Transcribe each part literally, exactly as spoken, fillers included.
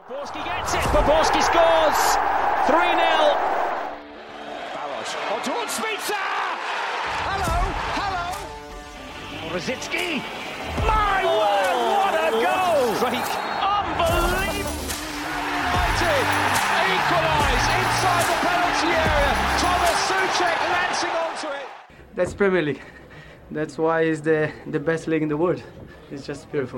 Borski gets it, Borski scores! three nil! Balos, on towards Spitzer! Hello, hello! Rosicki! My word, what a goal! Strike. Unbelievable! United equalise inside the penalty area. Thomas Souček lancing onto it. That's Premier League. That's why it's the, the best league in the world. It's just beautiful.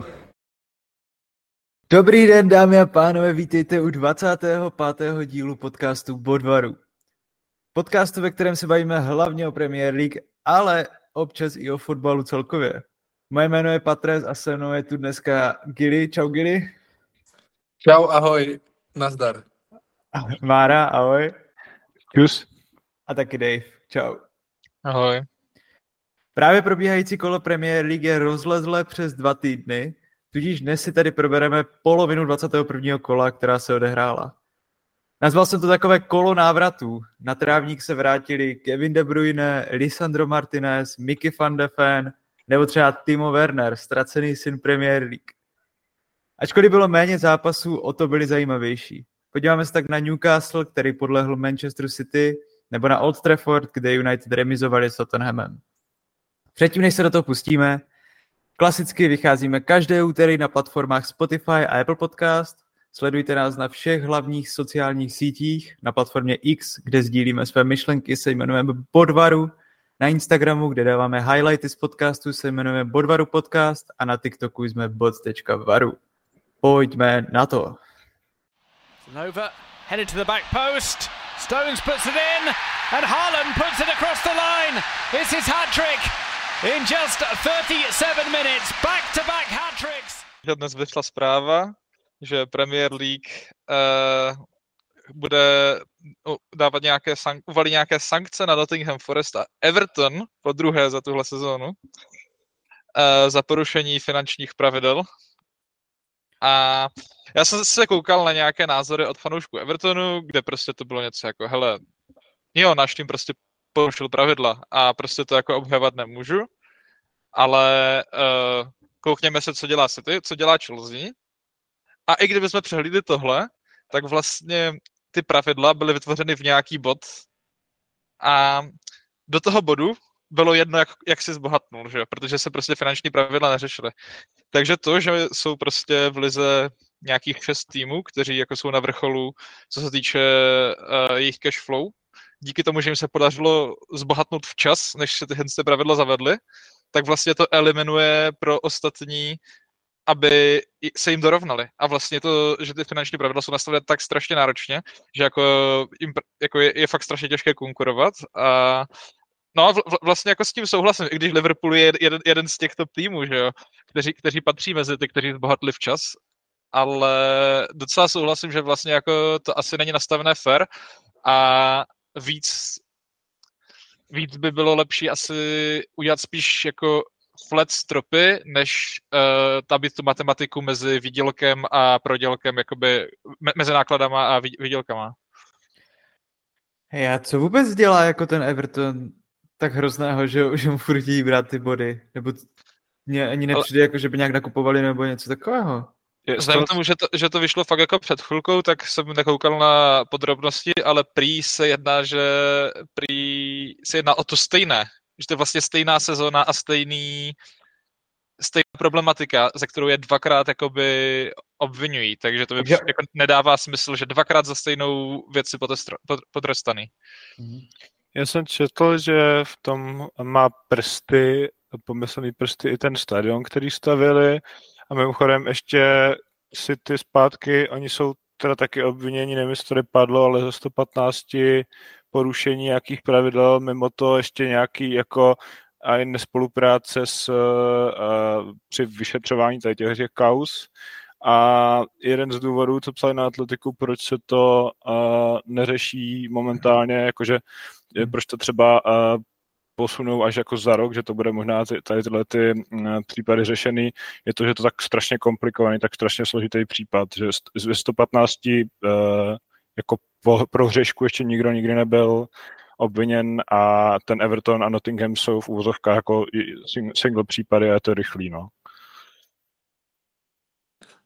Dobrý den, dámy a pánové, vítejte u dvacátého pátého dílu podcastu Bodvaru. Podcastu, ve kterém se bavíme hlavně o Premier League, ale občas i o fotbalu celkově. Moje jméno je Patres a se mnou je tu dneska Gili. Čau Gili. Čau, ahoj, nazdar. Mára, ahoj. Čus. A taky Dave, čau. Ahoj. Právě probíhající kolo Premier League je rozlezlé přes dva týdny, tudíž dnes si tady probereme polovinu dvacátého prvního kola, která se odehrála. Nazval jsem to takové kolo návratů. Na trávník se vrátili Kevin De Bruyne, Lisandro Martinez, Mickey van de Ven nebo třeba Timo Werner, ztracený syn Premier League. Ačkoliv bylo méně zápasů, o to byly zajímavější. Podíváme se tak na Newcastle, který podlehl Manchester City, nebo na Old Trafford, kde United remizovali s Tottenhamem. Předtím, než se do toho pustíme, klasicky vycházíme každé úterý na platformách Spotify a Apple Podcast. Sledujte nás na všech hlavních sociálních sítích, na platformě X, kde sdílíme své myšlenky, se jmenujeme Bodvaru, na Instagramu, kde dáváme highlighty z podcastu, se jmenujeme Bodvaru Podcast a na TikToku jsme bod tečka varu. Pojďme na to. Nova headed to the back post. Stones puts it in and Haaland puts it across the line. It's his hat-trick in just thirty-seven minutes. Back-to-back hat-tricks. Dnes vyšla zpráva, že Premier League uh, bude uh, dávat nějaké sank- uvalí nějaké sankce na Nottingham Forest a Everton po druhé za tuhle sezónu uh, za porušení finančních pravidel. A já jsem se koukal na nějaké názory od fanoušků Evertonu, kde prostě to bylo něco jako, hele, jo, náš tým prostě porušil pravidla a prostě to jako obhajovat nemůžu, ale uh, koukněme se, co dělá City, co dělá Chelsea. A i kdybychom přehlídli tohle, tak vlastně ty pravidla byly vytvořeny v nějaký bod a do toho bodu bylo jedno, jak, jak si zbohatnul, že jo? Protože se prostě finanční pravidla neřešily. Takže to, že jsou prostě v lize nějakých šest týmů, kteří jako jsou na vrcholu, co se týče uh, jejich cash flow, díky tomu, že jim se podařilo zbohatnout včas, než se tyhle pravidla zavedly, tak vlastně to eliminuje pro ostatní, aby se jim dorovnali. A vlastně to, že ty finanční pravidla jsou nastavené tak strašně náročně, že jako, jim, jako je, je fakt strašně těžké konkurovat. A no vlastně jako s tím souhlasím, i když Liverpool je jeden, jeden z těchto týmů, že jo, kteří, kteří patří mezi ty, kteří zbohatli včas, ale docela souhlasím, že vlastně jako to asi není nastavené fair a víc, víc by bylo lepší asi udělat spíš jako flat stropy, než uh, tabit tu matematiku mezi výdělkem a prodělkem, jakoby me- mezi nákladama a výdělkama. Hej, a co vůbec dělá jako ten Everton tak hrozného, že, že mu furt chtějí brát ty body? Nebo mě ani nepřijde, ale jako, že by nějak nakupovali nebo něco takového? Vzhledem k tomu, že to, že to vyšlo fakt jako před chvilkou, tak jsem nekoukal na podrobnosti, ale prý se jedná, že prý se jedná o to stejné. Že to je vlastně stejná sezóna a stejný, stejná problematika, ze kterou je dvakrát jakoby obvinují. Takže to by takže jako nedává smysl, že dvakrát za stejnou věc si potrestaný. Já jsem četl, že v tom má prsty, pomyslný prsty i ten stadion, který stavili. A mimochodem ještě si ty zpátky, oni jsou teda taky obviněni, nevím, jestli to nepadlo, ale za sto patnáct porušení nějakých pravidel, mimo to ještě nějaký jako a nespolupráce s, uh, při vyšetřování tady těch kauz. A jeden z důvodů, co psali na Atletiku, proč se to uh, neřeší momentálně, jakože proč to třeba uh, posunou až jako za rok, že to bude možná ty, tady tyhle ty uh, případy řešený, je to, že to tak strašně komplikovaný, tak strašně složitý případ, že ze sto patnáct uh, jako po prohřešku ještě nikdo nikdy nebyl obviněn a ten Everton a Nottingham jsou v úvozovkách jako single případy a je to rychlý, no.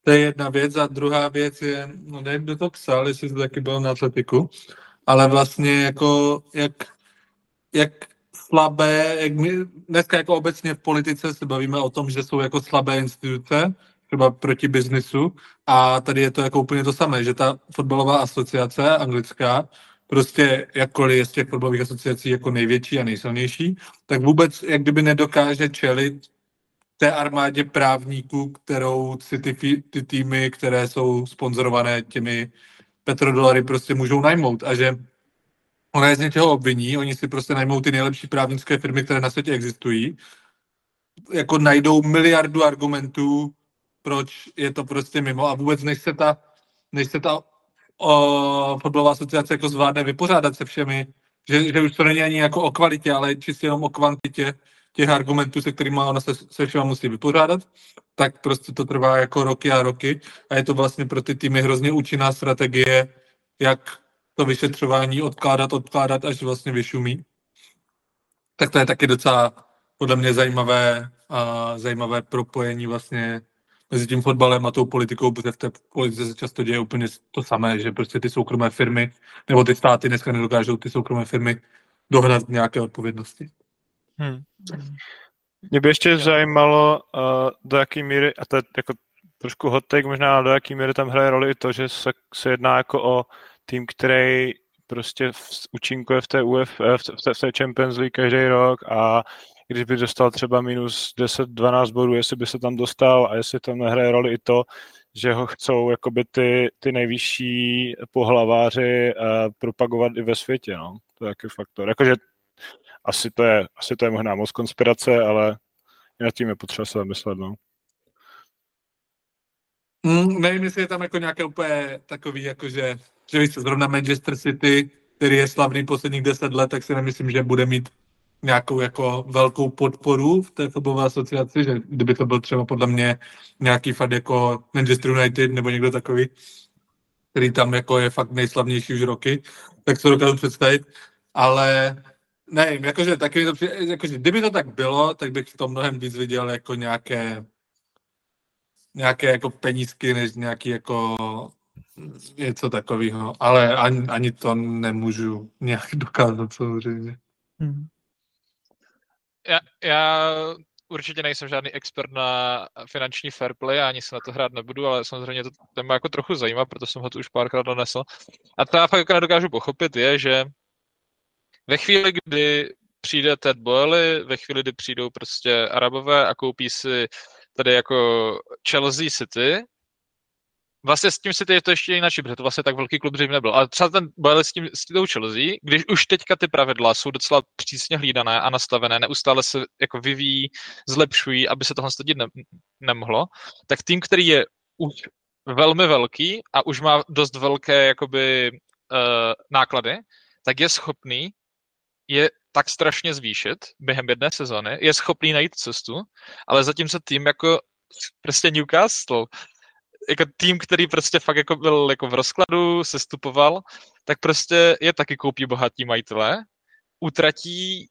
To je jedna věc a druhá věc je, no nevím, kdo to psal, jestli to taky bylo na Atletiku, ale vlastně jako, jak, jak slabé, jak my dneska jako obecně v politice se bavíme o tom, že jsou jako slabé instituce, třeba proti biznisu, a tady je to jako úplně to samé, že ta fotbalová asociace anglická, prostě jakkoliv je z těch fotbalových asociací jako největší a nejsilnější, tak vůbec jak kdyby nedokáže čelit té armádě právníků, kterou si ty, ty týmy, které jsou sponzorované těmi petrodolary, prostě můžou najmout. A že ona je z něčeho obviní, oni si prostě najmou ty nejlepší právnické firmy, které na světě existují, jako najdou miliardu argumentů, proč je to prostě mimo, a vůbec než se ta, než se ta o, fotbalová asociace jako zvládne vypořádat se všemi, že, že už to není ani jako o kvalitě, ale čistě jenom o kvantitě těch argumentů, se kterými ona se, se všema musí vypořádat, tak prostě to trvá jako roky a roky a je to vlastně pro ty týmy hrozně účinná strategie, jak to vyšetřování odkládat, odkládat, až vlastně vyšumí. Tak to je taky docela podle mě zajímavé, a zajímavé propojení vlastně mezi tím fotbalem a tou politikou, protože v té politice se často děje úplně to samé, že prostě ty soukromé firmy nebo ty státy dneska nedokážou ty soukromé firmy dohnat nějaké odpovědnosti. Hmm. Mě by ještě zajímalo, uh, do jaký míry, a to je jako trošku hot take možná, do jaký míry tam hraje roli i to, že se, se jedná jako o tým, který prostě v, účinkuje v té U F, v té, v té Champions League každý rok, a když by dostal třeba minus deset dvanáct bodů, jestli by se tam dostal, a jestli tam nehraje roli i to, že ho chcou jakoby ty, ty nejvyšší pohlaváři uh, propagovat i ve světě, no. To je jaký faktor. Jakože asi to je, asi to je možná moc konspirace, ale nad tím je potřeba se zamyslet, no. Mm, nevím, jestli je tam jako nějaké úplně takový, jakože, že víš, zrovna Manchester City, který je slavný posledních deset let, tak si nemyslím, že bude mít nějakou jako velkou podporu v té fotbalové asociaci, že kdyby to byl třeba podle mě nějaký fakt jako Manchester United nebo někdo takový, který tam jako je fakt nejslavnější už roky, tak se dokážu představit, ale nevím, jakože taky to přijde, jakože kdyby to tak bylo, tak bych v tom mnohem víc viděl jako nějaké nějaké jako penízky, než nějaký jako něco takového, ale ani, ani to nemůžu nějak dokázat samozřejmě. Hmm. Já, já určitě nejsem žádný expert na finanční fair play, ani se na to hrát nebudu, ale samozřejmě to téma jako trochu zajímá, proto jsem ho tu už párkrát donesl. A to já fakt jako nedokážu pochopit je, že ve chvíli, kdy přijde Ted Boehly, ve chvíli, kdy přijdou prostě Arabové a koupí si tady jako Chelsea City, vlastně s tím City je to ještě jinak, protože to vlastně tak velký klub dřív nebyl. Ale třeba ten Boehly s tím s tou Chelsea, když už teďka ty pravidla jsou docela přísně hlídané a nastavené, neustále se jako vyvíjí, zlepšují, aby se tohle stadit ne- nemohlo, tak tým, který je už velmi velký a už má dost velké jakoby uh, náklady, tak je schopný je tak strašně zvýšit během jedné sezony, je schopný najít cestu, ale zatímco tým jako prostě Newcastle, jako tým, který prostě fakt jako byl jako v rozkladu, sestupoval, tak prostě je taky koupí bohatí majitelé, utratí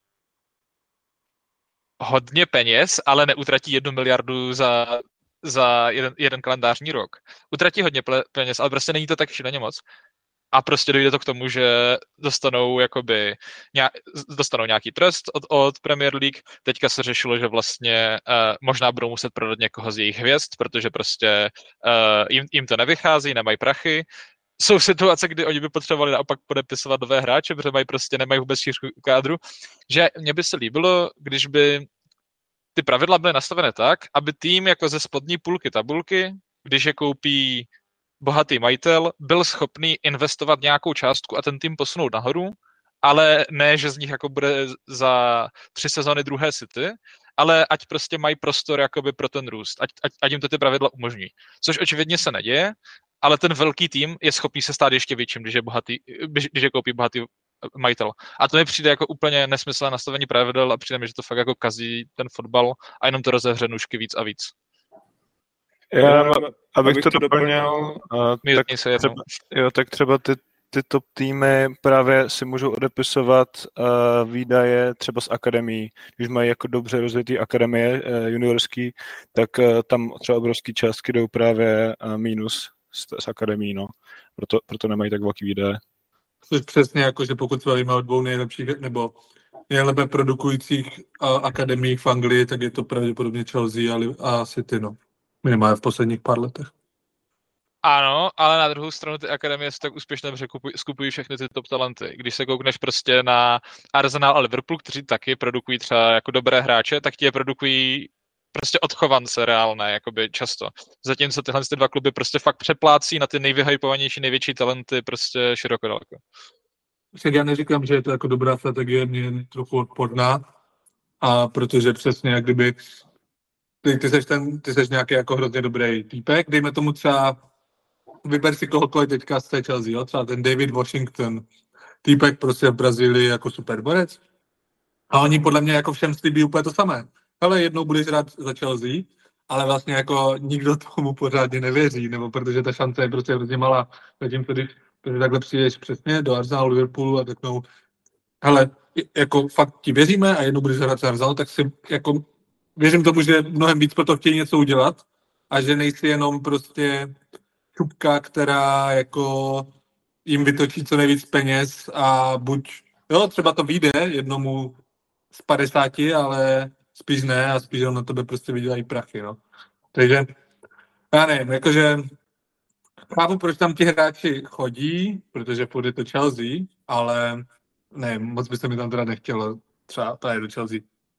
hodně peněz, ale neutratí jednu miliardu za, za jeden, jeden kalendářní rok. Utratí hodně peněz, ale prostě není to tak šíleně moc. A prostě dojde to k tomu, že dostanou jakoby nějak, dostanou nějaký trest od, od Premier League. Teďka se řešilo, že vlastně uh, možná budou muset prodat někoho z jejich hvězd, protože prostě uh, jim, jim to nevychází, nemají prachy. Jsou situace, kdy oni by potřebovali naopak podepisovat nové hráče, protože mají prostě nemají vůbec šířku kádru. Že mně by se líbilo, když by ty pravidla byly nastavené tak, aby tým jako ze spodní půlky tabulky, když je koupí bohatý majitel, byl schopný investovat nějakou částku a ten tým posunout nahoru, ale ne, že z nich jako bude za tři sezony druhé City, ale ať prostě mají prostor jakoby pro ten růst, ať, ať, ať jim to ty pravidla umožní. Což očividně se neděje, ale ten velký tým je schopný se stát ještě větším, když je, bohatý, když je koupí bohatý majitel. A to mi přijde jako úplně nesmyslné nastavení pravidel a přijde mi, že to fakt jako kazí ten fotbal a jenom to rozehře nůžky víc a víc. Já, abych, abych to doplnil, uh, tak, třeba, jo, tak třeba ty ty top týmy právě si můžou odepisovat uh, výdaje třeba z akademií. Když mají jako dobře rozjetý akademie uh, juniorský, tak uh, tam třeba obrovský částky jdou právě uh, mínus z, z akademií, no. Proto, proto nemají tak velký výdaje. Což přesně jako, že pokud se bavíme o dvou nejlepších nebo nejlépe produkujících uh, akademiích v Anglii, tak je to pravděpodobně Chelsea a City, no. Minimálně v posledních pár letech. Ano, ale na druhou stranu ty akademie se tak úspěšně překupují, skupují všechny ty top talenty. Když se koukneš prostě na Arsenal a Liverpool, kteří taky produkují třeba jako dobré hráče, tak ti je produkují prostě odchovance reálné, jakoby často. Zatímco tyhle ty dva kluby prostě fakt přeplácí na ty nejvyhypovanější, největší talenty prostě široko daleko. Však já neříkám, že je to jako dobrá strategie, mě je trochu odporná, a protože přesně jak kdyby ty, ty, seš ten, ty seš nějaký jako hrozně dobrý týpek, dejme tomu třeba, vyber si kohokoliv teďka z té Chelsea, jo? Třeba ten David Washington, týpek prostě v Brazílii jako superborec. A oni podle mě jako všem slíbí úplně to samé. Ale jednou budeš hrát za Chelsea, ale vlastně jako nikdo tomu pořádně nevěří, nebo protože ta šance je prostě hrozně malá. Zatímco když takhle přijdeš přesně do Arsenalu, Liverpoolu a řeknou, hele, jako fakt ti věříme a jednou budeš hrát za Arsenal, tak si jako věřím tomu, že mnohem víc pro to chtějí něco udělat a že nejsi jenom prostě čupka, která jako jim vytočí co nejvíc peněz a buď, jo, třeba to vyjde jednomu z padesáti, ale spíš ne a spíš na tebe prostě vydělají prachy, no. Takže já nevím, jakože chápu, proč tam ti hráči chodí, protože furt je to Chelsea, ale nevím, moc by se mi tam teda nechtělo třeba právě do Chelsea.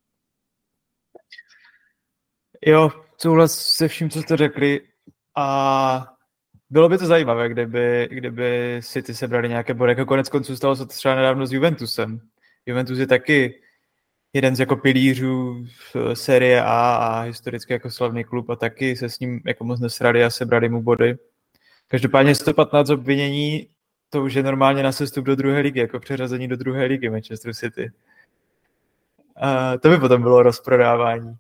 Jo, souhlas se vším, co jste řekli a bylo by to zajímavé, kdyby, kdyby City sebrali nějaké body, jako konec konců stalo se to třeba nedávno s Juventusem. Juventus je taky jeden z jako pilířů série A a historicky jako slavný klub a taky se s ním jako moc nesrali a sebrali mu body. Každopádně sto patnáct obvinění, to už je normálně na sestup do druhé ligy, jako přeřazení do druhé ligy Manchester City. A to by potom bylo rozprodávání.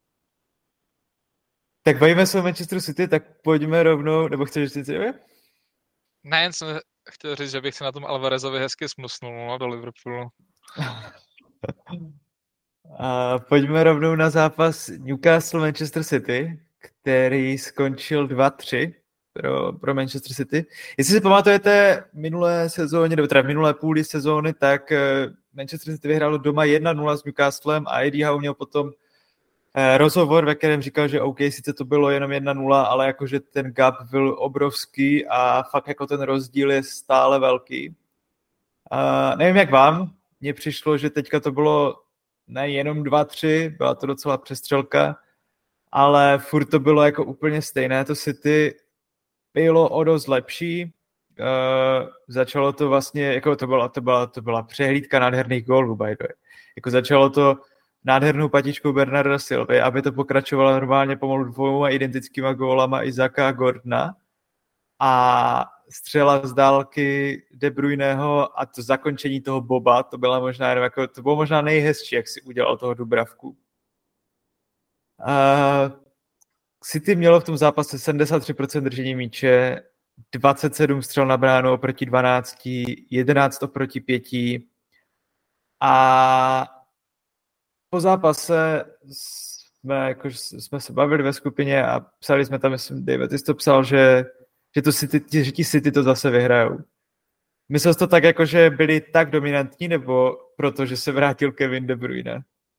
Tak bavíme se o Manchester City, tak pojďme rovnou, nebo chceš říct si, Ne, jen jsem chtěl říct, že bych se na tom Alvarezovi hezky smusnul, no, do Liverpoolu. A pojďme rovnou na zápas Newcastle-Manchester City, který skončil dva tři pro, pro Manchester City. Jestli si pamatujete minulé sezóně, nebo teda v minulé půli sezóny, tak Manchester City vyhrálo doma jedna nula s Newcastlem a Eddie Howe měl potom rozhovor, ve kterém říkal, že OK, sice to bylo jenom jedna nula, ale jakože ten gap byl obrovský a fakt jako ten rozdíl je stále velký. A nevím, jak vám, mně přišlo, že teďka to bylo nejenom dva tři, byla to docela přestřelka, ale furt to bylo jako úplně stejné. To City bylo o dost lepší. Uh, začalo to vlastně, jako to byla, to byla, to byla přehlídka nádherných gólů, by the way. Jako začalo to nádhernou patičkou Bernarda Silvy, aby to pokračovalo normálně pomalu dvouma identickýma gólama Isaka a Gordona. A střela z dálky De Bruyneho a to zakončení toho Boba, to byla možná jako, to bylo možná nejhezčí, jak si udělal toho Dubravku. Uh, City mělo v tom zápase sedmdesát tři procent držení míče, dvacet sedm střel na bránu oproti dvanácti, jedenáct oproti pěti a po zápase jsme, jako, jsme se bavili ve skupině a psali jsme tam, myslím, David, ty jsi to psal, že že, to City, že ti City to zase vyhrajou. Myslel jsi to tak, jako, že byli tak dominantní, nebo protože se vrátil Kevin De Bruyne?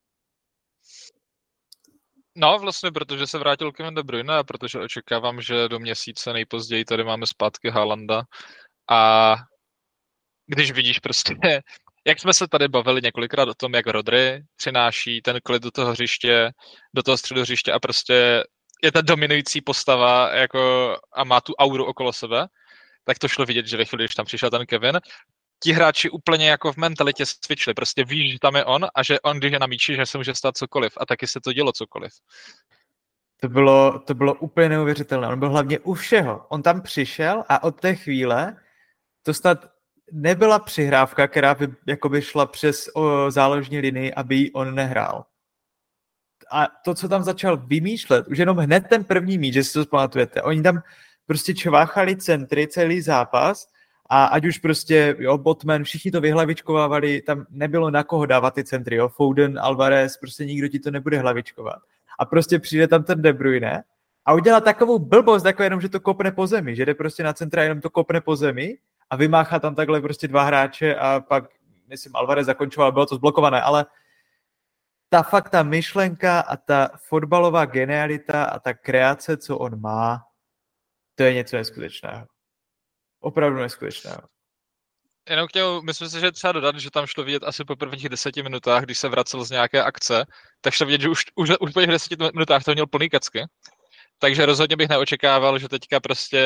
No, vlastně protože se vrátil Kevin De Bruyne a protože očekávám, že do měsíce nejpozději tady máme zpátky Haalanda a když vidíš prostě, jak jsme se tady bavili několikrát o tom, jak Rodri přináší ten klid do toho hřiště, do toho středu hřiště a prostě je ta dominující postava jako, a má tu auru okolo sebe, tak to šlo vidět, že ve chvíli, když tam přišel ten Kevin, ti hráči úplně jako v mentalitě switchli, prostě víš, že tam je on a že on, když je na míči, že se může stát cokoliv a taky se to dělo cokoliv. To bylo, to bylo úplně neuvěřitelné, on byl hlavně u všeho, on tam přišel a od té chvíle to snad nebyla přihrávka, která by jakoby šla přes o, záložní linii, aby ji on nehrál. A to, co tam začal vymýšlet, už jenom hned ten první míč, že si to pamatujete, oni tam prostě čváchali centry celý zápas A ať už prostě, jo, Botman, všichni to vyhlavičkovávali, tam nebylo na koho dávat ty centry, jo, Foden, Alvarez, prostě nikdo ti to nebude hlavičkovat. A prostě přijde tam ten De Bruyne a udělá takovou blbost, jako jenom, že to kopne po zemi, že jde prostě na centra, jenom to kopne po zemi a vymáchá tam takhle prostě dva hráče a pak, myslím, Alvarez zakončoval, bylo to zblokované, ale ta fakt, ta myšlenka a ta fotbalová genialita a ta kreace, co on má, to je něco neskutečného. Opravdu neskutečného. Jenom k němu, myslím si, že je třeba dodat, že tam šlo vidět asi po prvních deseti minutách, když se vracel z nějaké akce, tak šlo vidět, že už, už, už po těch deseti minutách to měl plný kacky. Takže rozhodně bych neočekával, že teďka prostě...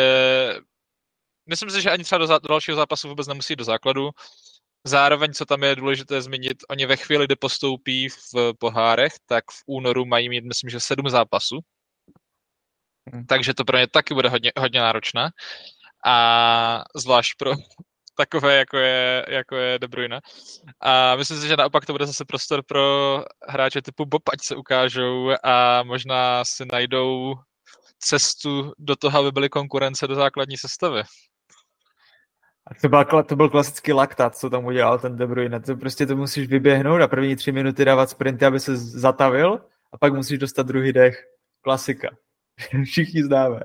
Myslím si, že ani třeba do, zá... do dalšího zápasu vůbec nemusí do základu. Zároveň, co tam je důležité zmínit, oni ve chvíli, kdy postoupí v pohárech, tak v únoru mají mít, myslím, že sedm zápasů. Hmm. Takže to pro ně taky bude hodně, hodně náročné. A zvlášť pro takové, jako je, jako je De Bruyne. A myslím si, že naopak to bude zase prostor pro hráče typu Bob, ať se ukážou a možná si najdou cestu do toho, aby byly konkurence do základní sestavy. A to byl, to byl klasický laktát, co tam udělal ten De Bruyne. To prostě to musíš vyběhnout a první tři minuty dávat sprinty, aby se zatavil a pak musíš dostat druhý dech. Klasika. Všichni známe.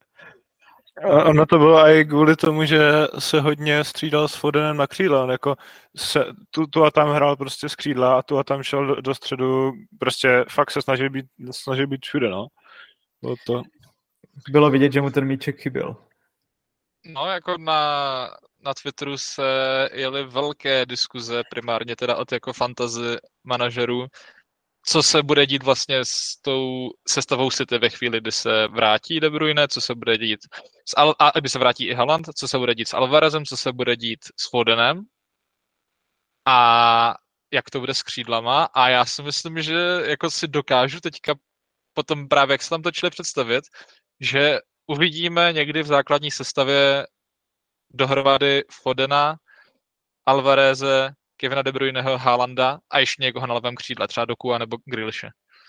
A ono to bylo i kvůli tomu, že se hodně střídal s Fodenem na křídla. On jako se, tu, tu a tam hrál prostě z křídla a tu a tam šel do, do středu. Prostě fakt se snažil být, snažil být všude, no. Bylo to... Bylo vidět, že mu ten míček chyběl. No, jako na, na Twitteru se jeli velké diskuze, primárně teda od jako fantasy manažerů, co se bude dít vlastně s tou sestavou City ve chvíli, kdy se vrátí De Bruyne, co se bude dít s Al- a kdy se vrátí i Haaland, co se bude dít s Alvarezem, co se bude dít s Fodenem a jak to bude s křídlama. A já si myslím, že jako si dokážu teďka potom právě, jak se tam točili představit, že uvidíme někdy v základní sestavě dohromady Fodena, Alvareze, Kevina De Bruyneho, Haalanda a ještě někoho na levém křídle, třeba Dokua nebo Grealishe.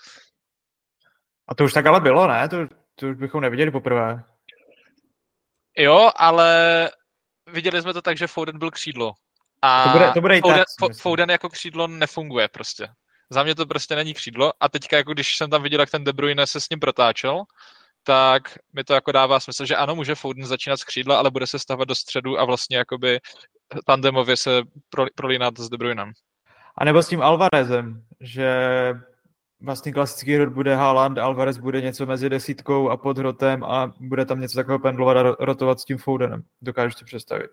A to už tak ale bylo, ne? To, to už bychom neviděli poprvé. Jo, ale viděli jsme to tak, že Foden byl křídlo. A to bude, to bude Foden, tak, Fo- Foden jako křídlo nefunguje prostě. Za mě to prostě není křídlo a teďka, jako když jsem tam viděl, jak ten De Bruyne se s ním protáčel, tak mi to jako dává smysl, že ano, může Foden začínat z křídla, ale bude se stavat do středu a vlastně jakoby tandemově se prolínat s De Bruynem. A nebo s tím Alvarezem, že vlastně klasický hrob bude Haaland, Alvarez bude něco mezi desítkou a pod hrotem a bude tam něco takového pendlovat a rotovat s tím Fodenem. Dokážeš si představit.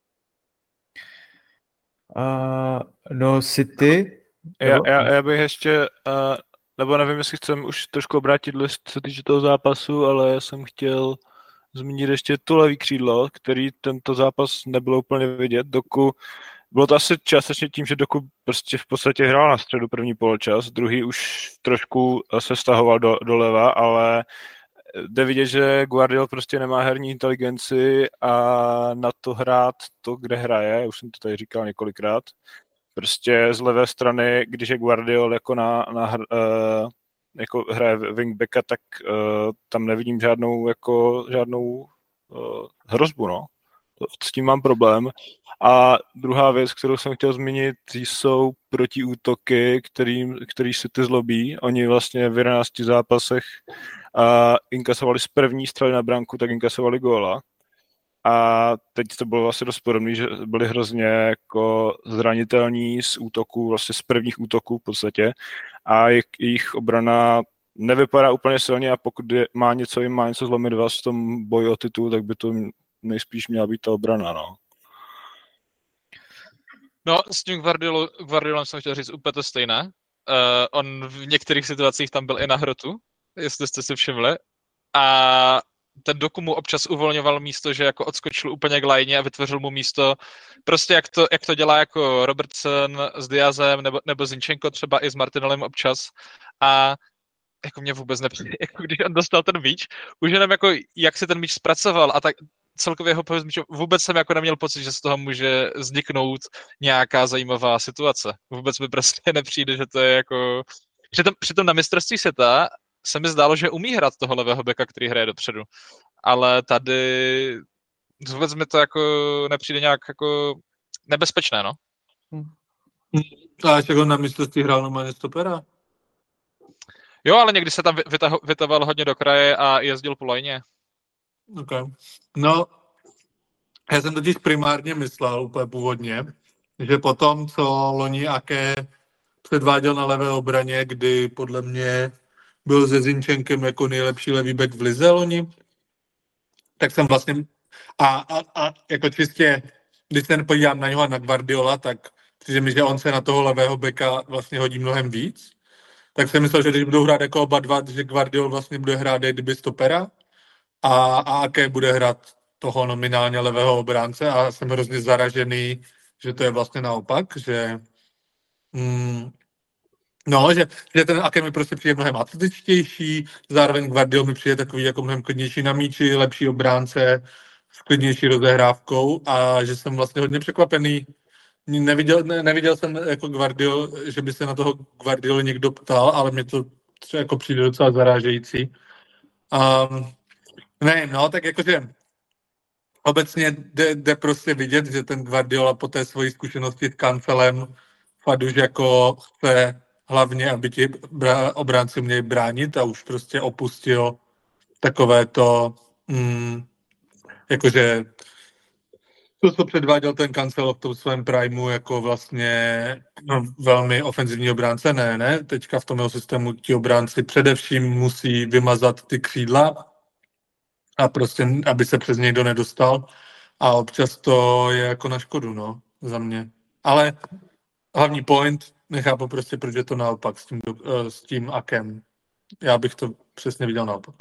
Uh, no City... Já, já, já bych ještě... Uh... Nebo nevím, jestli chcem už trošku obrátit list, co týče toho zápasu, ale já jsem chtěl zmínit ještě tu levý křídlo, který tento zápas nebylo úplně vidět. Doku, bylo to asi částečně tím, že Doku prostě v podstatě hrál na středu první poločas, druhý už trošku se stahoval do, doleva, ale jde vidět, že Guardiola prostě nemá herní inteligenci a na to hrát to, kde hraje, už jsem to tady říkal několikrát. Prostě z levé strany, když je Guardiola jako na, na uh, jako hraje wingbacka, tak uh, tam nevidím žádnou jako žádnou uh, hrozbu, no. S tím mám problém. A druhá věc, kterou jsem chtěl zmínit, jsou protiútoky, který, který si ty zlobí. Oni vlastně v jedenácti zápasech uh, inkasovali z první střely na branku, tak inkasovali góla. A teď to bylo vlastně dost podobný, že byli hrozně jako zranitelní z útoků, vlastně z prvních útoků v podstatě. A jejich obrana nevypadá úplně silně a pokud je, má něco jim má něco zlomit vás v tom boji o titul, tak by to nejspíš měla být ta obrana, no. No, s tím Guardiolem jsem chtěl říct úplně to stejné. Uh, on v některých situacích tam byl i na hrotu, jestli jste si všimli. A ten Doku mu občas uvolňoval místo, že jako odskočil úplně k lajně a vytvořil mu místo, prostě jak to, jak to dělá jako Robertson s Diazem nebo, nebo Zinchenko třeba i s Martinelem občas. A jako mě vůbec nepřijde, jako když on dostal ten míč, už jenom jako jak se ten míč zpracoval a tak celkově jeho pohyb míču, vůbec jsem jako neměl pocit, že z toho může vzniknout nějaká zajímavá situace. Vůbec mi prostě nepřijde, že to je jako... Přitom, přitom na mistrovství světa se mi zdálo, že umí hrát toho levého beka, který hraje dopředu. Ale tady vůbec mi to jako nepřijde nějak jako nebezpečné, no. A ještě ho na mistrovství hrál normálně stopera? Jo, ale někdy se tam vytaho- vytahoval hodně do kraje a jezdil po lajně. Okay. No, já jsem totiž primárně myslel úplně původně, že potom, co loni Ake předváděl na levé obraně, kdy podle mě byl se Zinčenkem jako nejlepší levý back v lize loni, tak jsem vlastně, a, a, a jako čistě, když se podívám na něho a na Guardiola, tak přijde mi, že on se na toho levého backa vlastně hodí mnohem víc. Tak jsem myslel, že když budou hrát jako oba dva, že Guardiol vlastně bude hrát jak kdyby stopera a, a Ake bude hrát toho nominálně levého obránce a jsem hrozně zaražený, že to je vlastně naopak, že mm, no, že, že ten Ake mi prostě přijde mnohem atletičtější, zároveň Guardiol mi přijde takový jako mnohem klidnější na míči, lepší obránce s klidnější rozehrávkou a že jsem vlastně hodně překvapený. Neviděl, ne, neviděl jsem jako Guardiol, že by se na toho Guardiola někdo ptal, ale mě to třeba jako přijde docela zarážející. Um, ne, no, tak jakože obecně jde, jde prostě vidět, že ten Guardiola po té svojí zkušenosti s Kancelem fakt už jako chce hlavně, aby ti bra, obránci měli bránit a už prostě opustil takové to, mm, jakože to, co předváděl ten Cancelo v tom svém primu, jako vlastně no, velmi ofenzivní obránce, ne, ne, teďka v tom jeho systému ti obránci především musí vymazat ty křídla a prostě, aby se přes něj kdo nedostal a občas to je jako na škodu, no, za mě. Ale hlavní point, nechápu prostě, proč je to naopak s tím, s tím Akem. Já bych to přesně viděl naopak.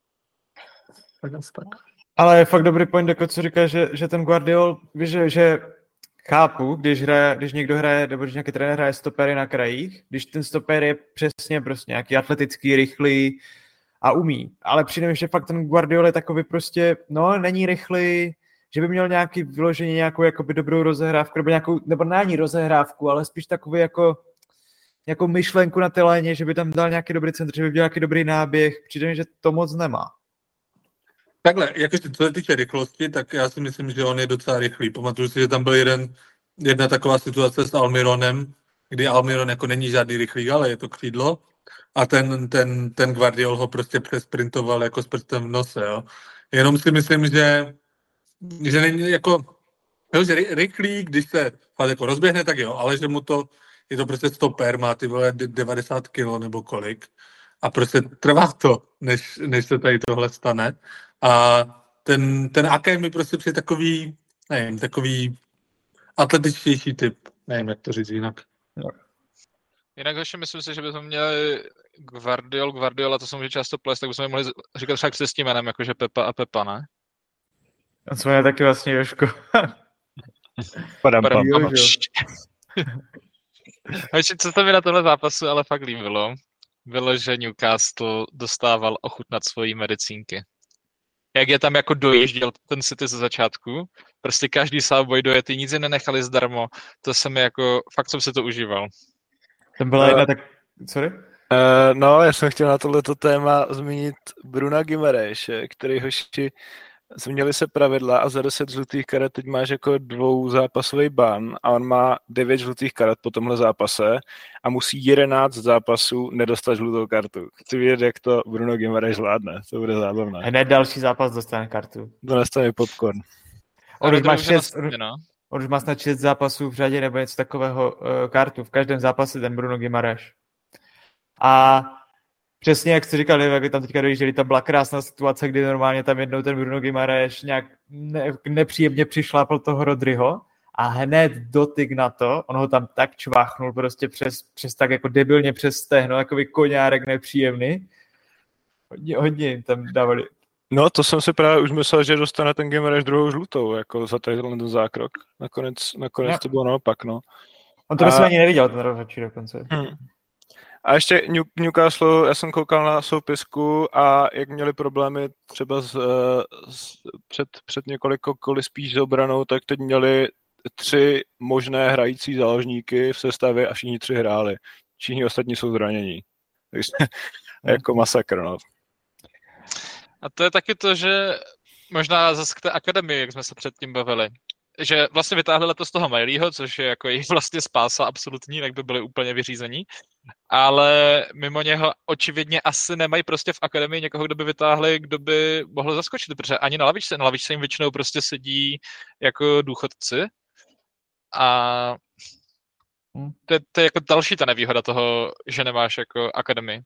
Tak asi tak. Ale je fakt dobrý point, jako co říká, že, že ten Guardiol, víš, že, že chápu, když, hraje, když někdo hraje, nebo když nějaký trenér hraje stopery na krajích, když ten stoper je přesně prostě nějaký atletický, rychlý a umí. Ale přijde mi, že fakt ten Guardiol je takový prostě, no, není rychlý, že by měl nějaký vyloženě nějakou jakoby dobrou rozehrávku, nebo nějakou, nebo není rozehrávku, ale spíš takový jako nějakou myšlenku na té léně, že by tam dal nějaký dobrý centr, že by měl nějaký dobrý náběh. Přijde mi, že to moc nemá. Takhle, jakože co se týče rychlosti, tak já si myslím, že on je docela rychlý. Pamatuju si, že tam byl jeden, jedna taková situace s Almironem, kdy Almiron jako není žádný rychlý, ale je to křídlo a ten, ten, ten Guardiol ho prostě přesprintoval jako s prstem v nose, jo. Jenom si myslím, že, že není jako, jo, že rychlý, když se fakt jako rozběhne, tak jo, ale že mu to, je to prostě stoper, má ty vole devadesát kilo nebo kolik a prostě trvá to, než, než se tady tohle stane. A ten, ten Ake mi prostě přijde takový, nevím, takový atletičtější typ. Nevím, jak to říct jinak. No. Jinak ještě myslím si, že bychom měli Guardiol, Guardiola, to se může často plést, tak bychom mohli říkat však se s tím jménem, jakože Pepa a Pepa, ne? A co je taky vlastně Jožko. Padam, padam, padam. Co se mi na tomhle zápasu ale fakt líbilo, bylo, že Newcastle dostával ochutnat svojí medicínky. Jak je tam jako dojížděl ten City ze začátku, prostě každý souboj dojety, nic je nenechali zdarmo, to se mi jako, fakt jsem si to užíval. Tam byla jedna tak, sorry? Uh, no, já jsem chtěl na tohleto téma zmínit Bruna Guimaraese, který hoši změnili se pravidla a za deset žlutých karet teď máš jako dvouzápasový ban a on má devět žlutých karet po tomhle zápase a musí jedenáct zápasů nedostat žlutou kartu. Chci vidět, jak to Bruno Guimaraes zvládne, to bude zábavné. Hned další zápas dostane kartu. Dostane popcorn. On už má šest, on už má snad šest zápasů v řadě nebo něco takového uh, kartu. V každém zápase ten Bruno Guimaraes. A přesně jak jsi říkal, jak tam teďka dojížděli, tam byla krásná situace, kdy normálně tam jednou ten Bruno Guimaraes nějak ne, nepříjemně přišlápl toho Rodryho a hned dotyk na to, on ho tam tak čváchnul prostě přes, přes tak jako debilně přes stehno, takový koňárek nepříjemný. Hodně, hodně jim tam dávali. No, to jsem si právě už myslel, že dostane ten Guimaraes druhou žlutou, jako za ten zákrok. Nakonec, nakonec no. To bylo naopak, no. On to a... ani neviděl, ten rozhodčí dokonce. Hmm. A ještě Newcastle, já jsem koukal na soupisku a jak měli problémy třeba z, z, před, před několika koly spíš s obranou, tak teď měli tři možné hrající záložníky v sestavě a všichni tři hráli. Všichni ostatní jsou zranění. Takže jako masakr, no. A to je taky to, že možná zase k té akademii, jak jsme se předtím bavili. Že vlastně vytáhli letos toho Mileyho, což je jako jejich vlastně spása absolutní, jinak by byli úplně vyřízení. Ale mimo něho očividně asi nemají prostě v akademii někoho, kdo by vytáhli, kdo by mohl zaskočit, protože ani na lavičce, na lavičce jim většinou prostě sedí jako důchodci. A to je, to je jako další ta nevýhoda toho, že nemáš jako akademii.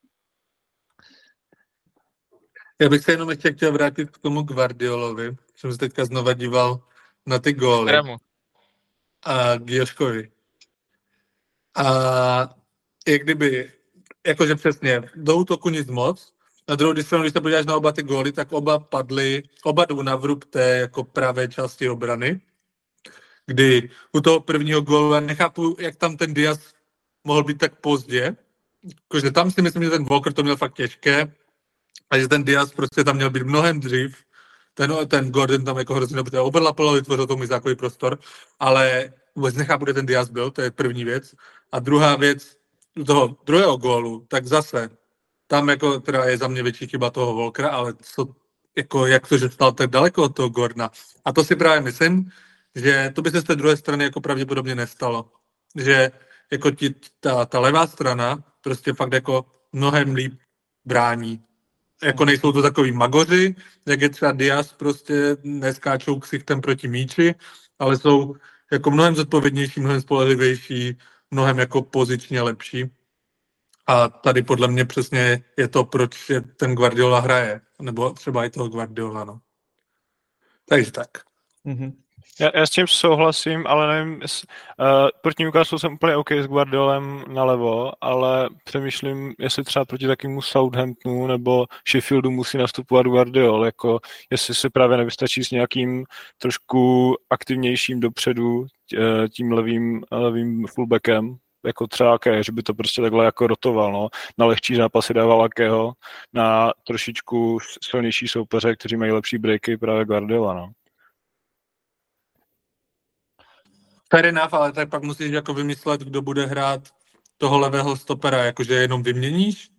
Já bych se jenom ještě chtěl vrátit k tomu Guardiolovi. Jsem se teďka znova díval na ty góly. Kterému? A k Joškovi. A jak kdyby, jakože přesně, do útoku nic moc. Na druhou stranu, když se podíváš na oba ty góly, tak oba padly, oba jdou na vrub té jako pravé části obrany. Kdy u toho prvního gólu, já nechápu, jak tam ten Diaz mohl být tak pozdě. Jakože tam si myslím, že ten Walker to měl fakt těžké. A že ten Diaz prostě tam měl být mnohem dřív. Ten, ten Gordon tam jako hrozně protože oberlapil, vytvořil tomu zákový prostor, ale vůbec nechápu, kde ten Diaz byl, to je první věc. A druhá věc, toho druhého gólu, tak zase, tam jako teda je za mě větší chyba toho Walkera, ale co, jako, jak to, že stál tak daleko od toho Gordona. A to si právě myslím, že to by se z té druhé strany jako pravděpodobně nestalo. Že jako ti, ta, ta levá strana prostě fakt jako mnohem líp brání. Jako nejsou to takový magoři, jak je třeba Diaz, prostě neskáčou ksichtem proti míči, ale jsou jako mnohem zodpovědnější, mnohem spolehlivější, mnohem jako pozičně lepší. A tady podle mě přesně je to, proč ten Guardiola hraje, nebo třeba i toho Guardiola, no. Takže tak. Mm-hmm. Já, já s tím souhlasím, ale nevím, s, uh, proti Newcastle jsem úplně OK s Guardiolem nalevo, ale přemýšlím, jestli třeba proti takému Southamptonu nebo Sheffieldu musí nastupovat Guardiol, jako jestli se právě nevystačí s nějakým trošku aktivnějším dopředu tím levým, levým fullbackem, jako třeba Ake, že by to prostě takhle jako rotoval, no. Na lehčí zápasy dával Akeho, na trošičku silnější soupeře, kteří mají lepší breaky, právě Guardiola, no. Fair enough, ale tak pak musíš jako vymyslet, kdo bude hrát toho levého stopera, jakože jenom vyměníš.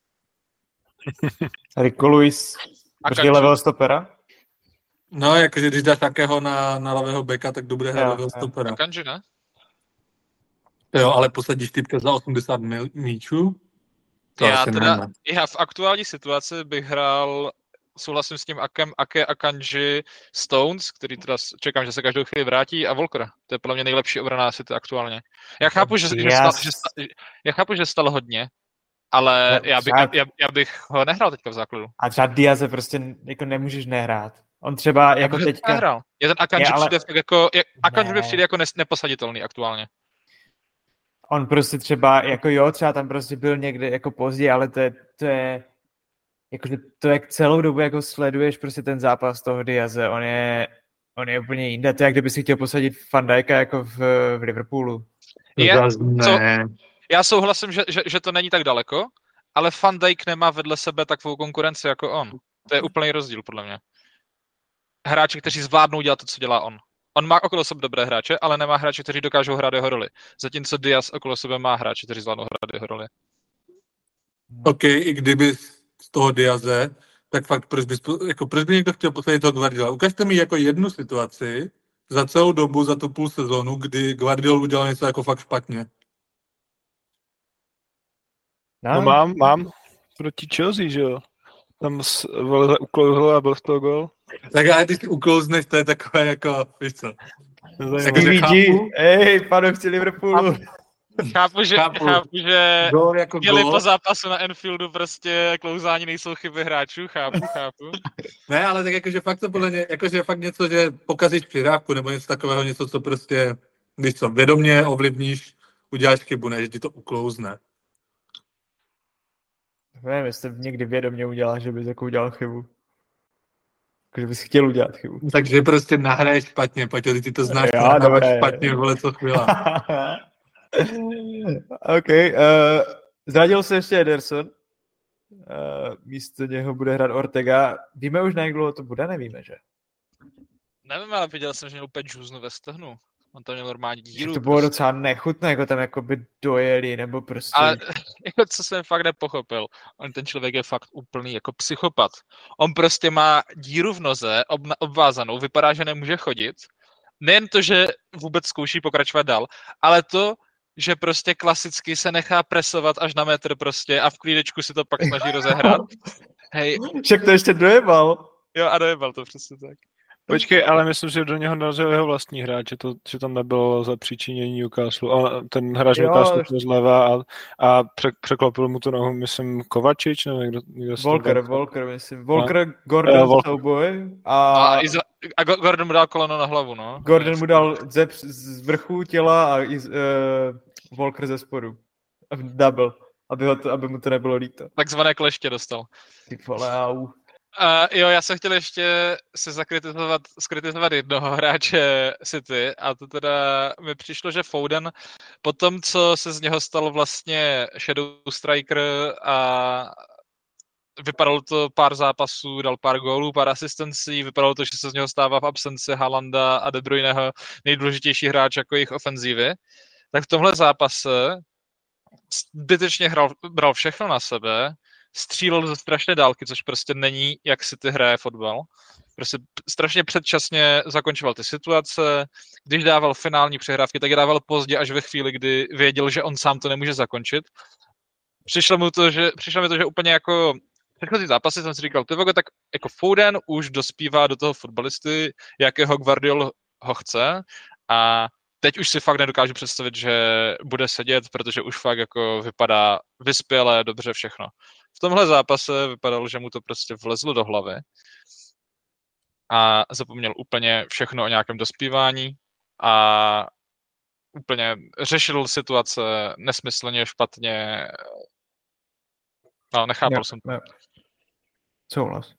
Rico Lewis, prostě levého stopera? No, jakože když dáš takého na, na levého beka, tak kdo bude hrát Jo, levého jo. stopera. Akanji, ne? Jo, ale posadíš typka za osmdesát mil, míčů? To Já asi teda, ne. já v aktuální situaci bych hrál, souhlasím s tím Akem, Ake, Akanji, Stones, který teda čekám, že se každou chvíli vrátí, a Walker. To je podle mě nejlepší obrana asi aktuálně. Já chápu, že, že, stal, že, stal, já chápu, že stal hodně, ale já, by, já, já bych ho nehrál teďka v základu. A třeba Diaze prostě jako nemůžeš nehrát. On třeba já jako teďka... Nehrál. Je ten Akanji je, ale... přijde jako, jak, Akanji ne. by přijde jako nes, neposaditelný aktuálně. On prostě třeba, jako jo, třeba tam prostě byl někde jako pozdě, ale to je, to je jakože to, jak celou dobu jako sleduješ prostě ten zápas toho Diaze, on je, on je úplně jinde. To je, jak kdyby si chtěl posadit Van Dijka jako v, v Liverpoolu. Je, co, ne. já souhlasím, že, že, že to není tak daleko, ale Van Dijk nemá vedle sebe takovou konkurenci jako on. To je úplný rozdíl, podle mě. Hráči, kteří zvládnou dělat to, co dělá on. On má okolo sebe dobré hráče, ale nemá hráče, kteří dokážou hrát jeho roli. Zatímco Diaz okolo sebe má hráče, kteří zvládnou hrát jeho roli. OK, i kdyby z toho Diaze, tak fakt proč bys, jako proč by někdo chtěl posadit toho Guardiola? Ukažte mi jako jednu situaci za celou dobu, za tu půl sezónu, kdy Guardiola udělal něco jako fakt špatně. No, no mám, mám. Proti Chelsea, že jo? Tam uklouzl a byl z toho gol. Tak ale když si uklouzneš, to je takové jako, víš co. Stevie G, ej, fanoušci Liverpoolu. Chápu, že, chápu. chápu, že jako měli po zápasu na Anfieldu prostě klouzání nejsou chyby hráčů, chápu, chápu. Ne, ale tak jakože fakt to podle ně, jakože fakt něco, že pokazíš přihrávku nebo něco takového, něco, co prostě, víš co, vědomě ovlivníš, uděláš chybu, ne, že ti to uklouzne. Nevím, jestli někdy vědomě uděláš, že bys jako udělal chybu. Že bys chtěl udělat chybu. Takže prostě nahraješ špatně, Paťo, ty to znáš, jo, nahráváš špatně, vole, co chvíla. OK, uh, zradil se ještě Ederson. Uh, místo něho bude hrát Ortega. Víme už, na jak dlouho to bude? Nevíme, že? Nevím, ale viděl jsem, že měl úplně džůznu ve stehnu. On tam měl normální díru. To bylo prostě. docela nechutné, jako tam jakoby dojeli, nebo prostě... Ale jako, co jsem fakt nepochopil, on ten člověk je fakt úplný jako psychopat. On prostě má díru v noze, obna- obvázanou, vypadá, že nemůže chodit. Nejen to, že vůbec zkouší pokračovat dál, ale to, že prostě klasicky se nechá presovat až na metr prostě a v klídečku si to pak snaží rozehrát. Hej. Však to ještě dojebal. Jo, a dojebal to přesně tak. Počkej, ale myslím, že do něho narazil jeho vlastní hráč, že, to, že tam nebylo za příčinění Newcastle. A ten hráč Newcastle to zleva a, a pře, překlopil mu to nohu, myslím, Kovačič, nebo někdo, někdo Volker, Volker, myslím. Volker, no. Gordon uh, Volker. Souboj. A, a, Iza, a Gordon mu dal koleno na hlavu, no. Gordon mu dal ze, z vrchu těla a iz, uh, Volker ze spodu. Double, aby, ho to, aby mu to nebylo líto. Takzvané kleště dostal. Ty vole, au. Uh, jo, já jsem chtěl ještě se zakritizovat, skritizovat jednoho hráče City a to teda mi přišlo, že Foden po tom, co se z něho stal vlastně shadow striker a vypadalo to pár zápasů, dal pár gólů, pár asistencí, vypadalo to, že se z něho stává v absenci Haalanda a De Bruyneho nejdůležitější hráč jako jejich ofenzívy, tak v tomhle zápase zbytečně hral, bral všechno na sebe, střílel ze strašné dálky, což prostě není, jak si ty hraje fotbal. Prostě strašně předčasně zakončoval ty situace, když dával finální přehrávky, tak je dával pozdě až ve chvíli, kdy věděl, že on sám to nemůže zakončit. Přišlo mu to, že, přišlo mi to, že úplně jako předchozí zápasy jsem si říkal, tyvogo, tak jako Foden už dospívá do toho fotbalisty, jakého Guardiol ho chce a teď už si fakt nedokážu představit, že bude sedět, protože už fakt jako vypadá vyspělé, dobře všechno. V tomhle zápase vypadalo, že mu to prostě vlezlo do hlavy a zapomněl úplně všechno o nějakém dospívání a úplně řešil situace nesmyslně, špatně. No, nechápal jo, jsem to. Jo. Souhlas.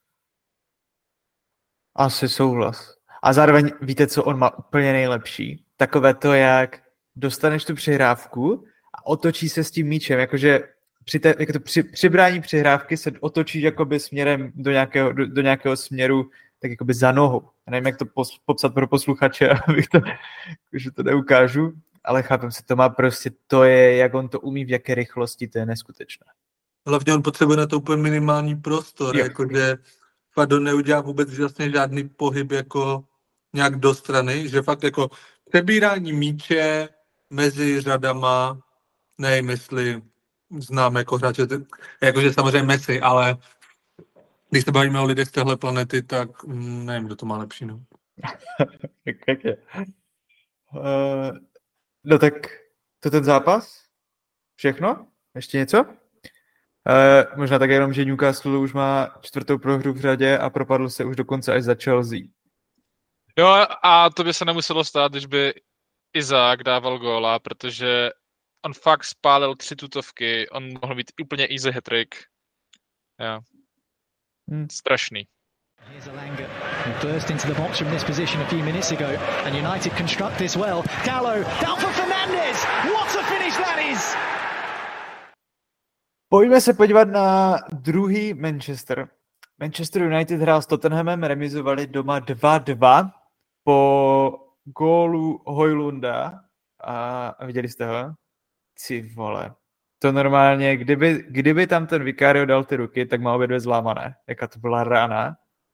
Asi souhlas. A zároveň víte, co on má úplně nejlepší? Takové to, jak dostaneš tu přihrávku a otočí se s tím míčem, jakože při, té, jako to při, při brání přihrávky se otočíš jakoby směrem do nějakého, do, do nějakého směru, tak jakoby za nohou. Já nevím, jak to pos, popsat pro posluchače, abych to, že to neukážu, ale chápem se, to má prostě, to je, jak on to umí, v jaké rychlosti, to je neskutečné. Hlavně on potřebuje na to úplně minimální prostor, jakože Fado neudělá vůbec vlastně žádný pohyb jako nějak do strany, že fakt jako přebírání míče mezi řadama, nevím, jestli znám jako hráče, jakože samozřejmě Messi, ale když se bavíme o lidech z téhle planety, tak nevím, kdo to má lepší. No, jak je? Uh, no tak to ten zápas? Všechno? Ještě něco? Uh, možná tak jenom, že Newcastle už má čtvrtou prohru v řadě a propadl se už dokonce až za Chelsea. Jo, a to by se nemuselo stát, když by Izák dával góla, protože on fakt spálil tři tutovky, on mohl být úplně easy hat-trick. Jo. Hmm. Strašný. Here's Elanga, who burst into the box from this position a few minutes ago, and United construct this well. Gallo, down for Fernandes! What a finish that is! Pojďme se podívat na druhý Manchester. Manchester United hrál s Tottenhamem, remizovali doma dva dva po gólu Hojlunda. A viděli jste ho? Ty vole. To normálně, kdyby, kdyby tam ten Vicario dal ty ruky, tak má obě dvě zlámané. Jaká to byla rána.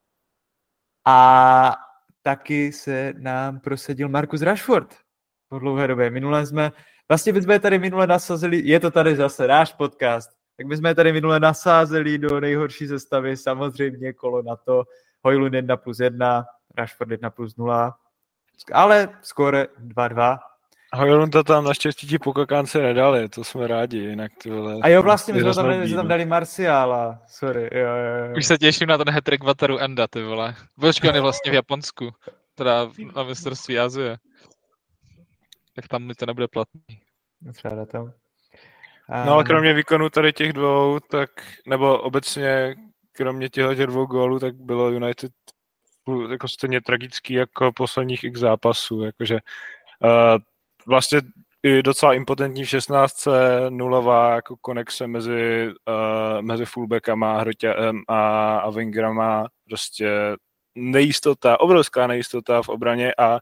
A taky se nám prosadil Marcus Rashford po dlouhé době. Minule jsme, vlastně my jsme tady minule nasázeli, je to tady zase náš podcast, tak my jsme tady minule nasázeli do nejhorší sestavy, samozřejmě kolo na to, Hojlund jedna plus jedna, Rashford jedna plus nula, ale skóre dva dva. Hojlunda tam naštěstí ti pokakánce nedali, to jsme rádi, jinak ty vole. A jo, vlastně my jsme tam, my jsme tam dali Marciala, sorry. Jo, jo, jo. Už se těším na ten hat-trick Wataru Enda, ty vole. Počkej, on je vlastně v Japonsku, teda na mistrovství Asie. Tak tam mi to nebude platný. Třeba tam. No ale kromě výkonu tady těch dvou, tak, nebo obecně kromě těchto dvou gólů, tak bylo United jako stejně tragický jako posledních x zápasů, jakože uh, vlastně i docela impotentní v šestnáctce, nulová jako konexe mezi, uh, mezi fullbackama Hroťem a, a Wingerama, prostě nejistota, obrovská nejistota v obraně a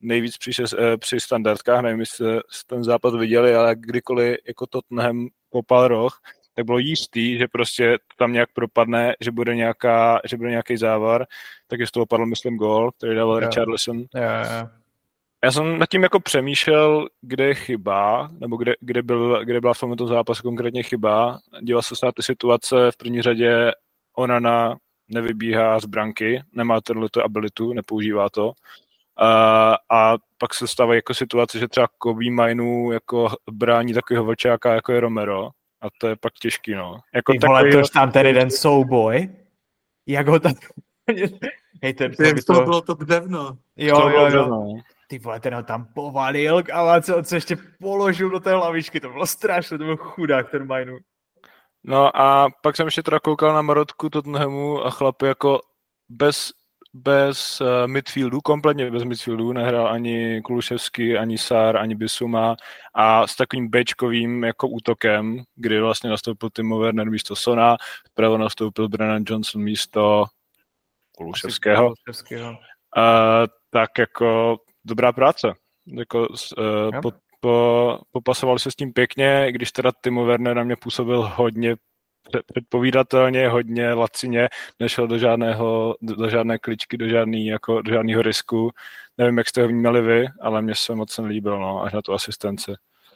nejvíc při, při standardkách, nevím, jestli jste ten zápas viděli, ale kdykoliv jako Tottenham kopal roh, tak bylo jistý, že prostě tam nějak propadne, že bude, nějaká, že bude nějaký závar, takže z toho padl, myslím, gól, který dával yeah. Richarlison. Yeah, yeah. Já jsem nad tím jako přemýšlel, kde je chyba, nebo kde, kde, byl, kde byla v tomto zápase konkrétně chyba. Díval se na ty situace, v první řadě Onana nevybíhá z branky, nemá tenhle abilitu, nepoužívá to. A, a pak se stávají jako situace, že třeba Kobe Mainu jako brání takového vlčáka, jako je Romero. A to je pak těžký, no. Jako ty vole, tož tam ten jeden souboj, jak ho tam... Hej, ten, to, to, to bylo to břevno. Jo, to jo, jo. Ty vole, ten ho tam povalil, ale co, co ještě položil do té hlavičky, to bylo strašné, to byl chudák ten Mainu. No a pak jsem ještě teda koukal na Marotku Tottenhamu a chlap jako bez, bez uh, midfieldu, kompletně bez midfieldu, nehrál ani Kulusevský, ani Sár, ani Bissouma a s takovým béčkovým jako útokem, kdy vlastně nastoupil Timo Werner místo Sona, vpravo nastoupil Brennan Johnson místo Kulusevského. Uh, tak jako dobrá práce. Jako, uh, po, po, popasovali se s tím pěkně, když teda Timo Werner na mě působil hodně předpovídatelně, hodně lacině, nešel do žádného, do, do žádné kličky, do, žádný, jako, do žádného risku. Nevím, jak jste ho vnímali vy, ale mně se moc nelíbil, no, až na tu asistenci.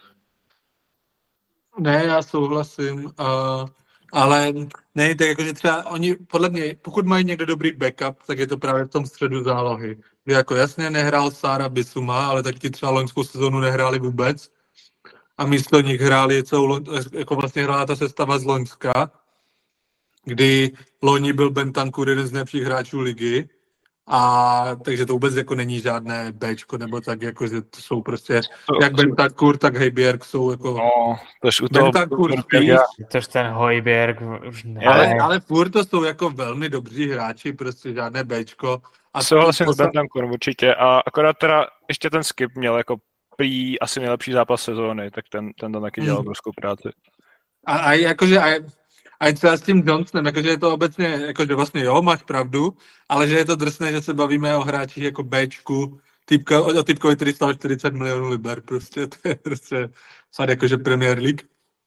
Ne, já souhlasím, uh, ale ne, tak jakože třeba oni, podle mě, pokud mají někdo dobrý backup, tak je to právě v tom středu zálohy. Kdy jako jasně nehrál Sára Bissouma, ale taky třeba loňskou sezonu nehráli vůbec. A místo nich hráli celou, jako vlastně hrála ta sestava z Loňska, kdy loni byl Bentancur jeden z nejlepších hráčů ligy. A takže to vůbec jako není žádné Bčko, nebo tak, jako, že to jsou prostě, to, jak Bentancur, tak Højbjerg jsou jako... No, tož u toho... Bentancur spíš. Tož ten Højbjerg už ne. Ale, ale furt to jsou jako velmi dobří hráči, prostě žádné Bčko. A souhlasím s Bentancurem určitě, a akorát teda ještě ten Skip měl jako prý asi nejlepší zápas sezóny, tak ten, ten tam taky dělal obrovskou práci. A, a jakože... A, A třeba s tím Johnsonem, jakože je to obecně, jakože vlastně jo, máš pravdu, ale že je to drsné, že se bavíme o hráčích jako Bčku, typka, o typkovi, který stál čtyřicet milionů liber, prostě, to je prostě fakt jakože Premier League.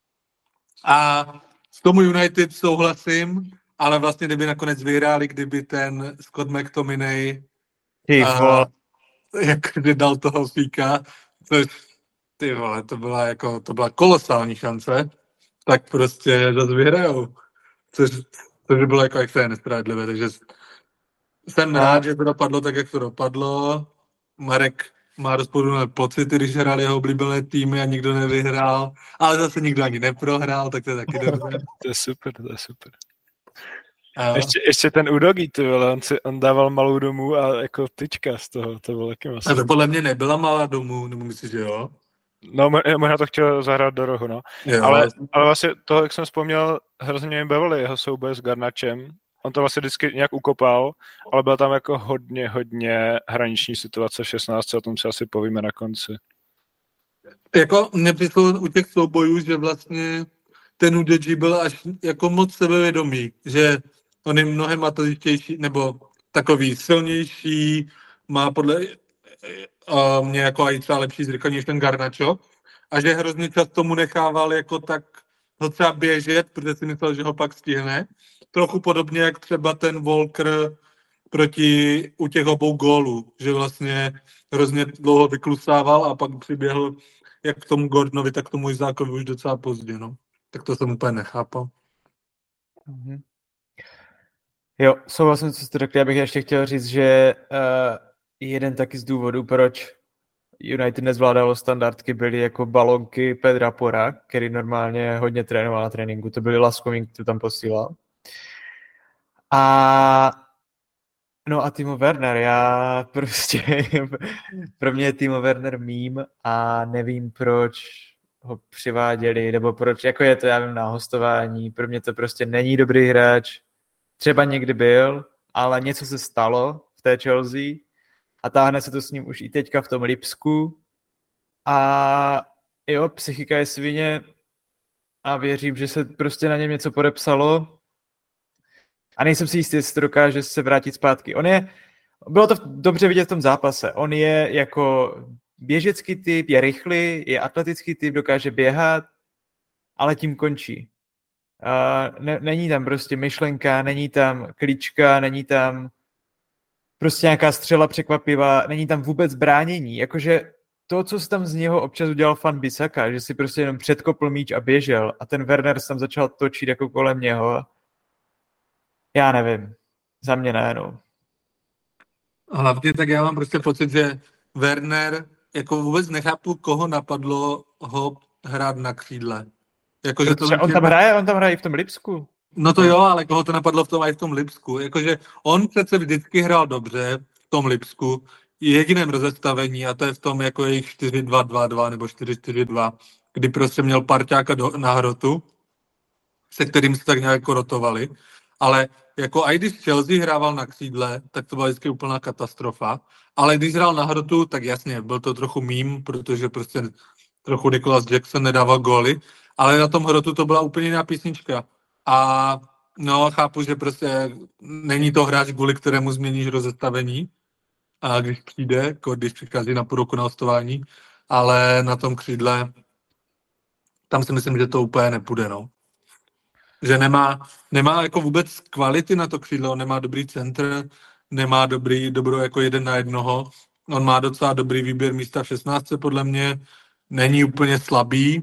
A s tomu United souhlasím, ale vlastně kdyby nakonec vyhráli, kdyby ten Scott McTominay a, jakože dal toho fíka, což ty vole, to byla jako, to byla kolosální šance, tak prostě zase vyhrajou. Což, což by bylo jako extrémně nespravedlivé, takže jsem rád, že to dopadlo tak, jak to dopadlo. Marek má rozporuplné pocity, když hrál jeho oblíbené týmy a nikdo nevyhrál, ale zase nikdo ani neprohrál, tak to je taky dobře. To je super, to je super. A... Ještě, ještě ten Udogi, ty vole, on, si, on dával malou domů a jako tyčka z toho, to bylo taky masný. A to podle mě nebyla malá domů, nebo myslíš, že jo? No, možná to chtěl zahrát do rohu, no. Jo, ale, ale vlastně toho, jak jsem vzpomněl, hrozně mě bavili jeho souboj s Garnačem. On to vlastně vždycky nějak ukopal, ale byla tam jako hodně, hodně hraniční situace v šestnácti, o tom si asi povíme na konci. Jako mně přišlo u těch soubojů, že vlastně ten Udogi byl až jako moc sebevědomý, že on je mnohem atletější, nebo takový silnější, má podle... Uh, mě jako i třeba lepší zrychlení než ten Garnacho a že hrozně čas tomu nechával jako tak ho třeba běžet, protože si myslel, že ho pak stihne. Trochu podobně jak třeba ten Walker proti u těch obou gólů, že vlastně hrozně dlouho vyklusával a pak přiběhl jak k tomu Gordonovi, tak k tomu Izákovi už docela pozdě, no. Tak to jsem úplně nechápal. Mm-hmm. Jo, souhlasím, co jste řekli, já bych ještě chtěl říct, že uh... jeden taky z důvodů, proč United nezvládalo standardky, byly jako balonky Pedra Pora, který normálně hodně trénoval na tréninku. To byly Laskovin, to tam posílal. A no a Timo Werner, já prostě pro mě je Timo Werner mím a nevím, proč ho přiváděli, nebo proč, jako je to, já vím, na hostování, pro mě to prostě není dobrý hráč. Třeba někdy byl, ale něco se stalo v té Chelsea a táhne se to s ním už i teďka v tom Lipsku. A jo, psychika je svině a věřím, že se prostě na něm něco podepsalo. A nejsem si jistý, jestli to dokáže se vrátit zpátky. On je, bylo to dobře vidět v tom zápase. On je jako běžecký typ, je rychlý, je atletický typ, dokáže běhat, ale tím končí. Uh, ne, není tam prostě myšlenka, není tam klíčka, není tam prostě nějaká střela překvapivá, není tam vůbec bránění. Jakože to, co se tam z něho občas udělal Wan-Bissaka, že si prostě jenom předkopl míč a běžel a ten Werner tam začal točit jako kolem něho. Já nevím. Za mě ne, no. Hlavně tak já mám prostě pocit, že Werner, jako vůbec nechápu, koho napadlo ho hrát na křídle. Jako, že to on tam hraje, on tam hraje i v tom Lipsku. No to jo, ale koho to napadlo v tom i v tom Lipsku. Jakože on přece vždycky hrál dobře v tom Lipsku, jediném rozestavení, a to je v tom jako jejich čtyři dva dva dva nebo čtyři čtyři dva, kdy prostě měl parťáka do, na hrotu, se kterým se tak nějak jako rotovali. Ale jako i když Chelsea hrával na křídle, tak to byla vždycky úplná katastrofa. Ale když hrál na hrotu, tak jasně, byl to trochu mím, protože prostě trochu Nicholas Jackson nedával góly, ale na tom hrotu to byla úplně jiná písnička. A no, chápu, že prostě není to hráč, kvůli kterému změníš rozestavení, a když přijde, jako když přichází na půl roku na hostování, ale na tom křídle, tam si myslím, že to úplně nepůjde, no. Že nemá, nemá jako vůbec kvality na to křídlo, on nemá dobrý centr, nemá dobrý, dobrou jako jeden na jednoho, on má docela dobrý výběr místa v šestnáctce podle mě, není úplně slabý.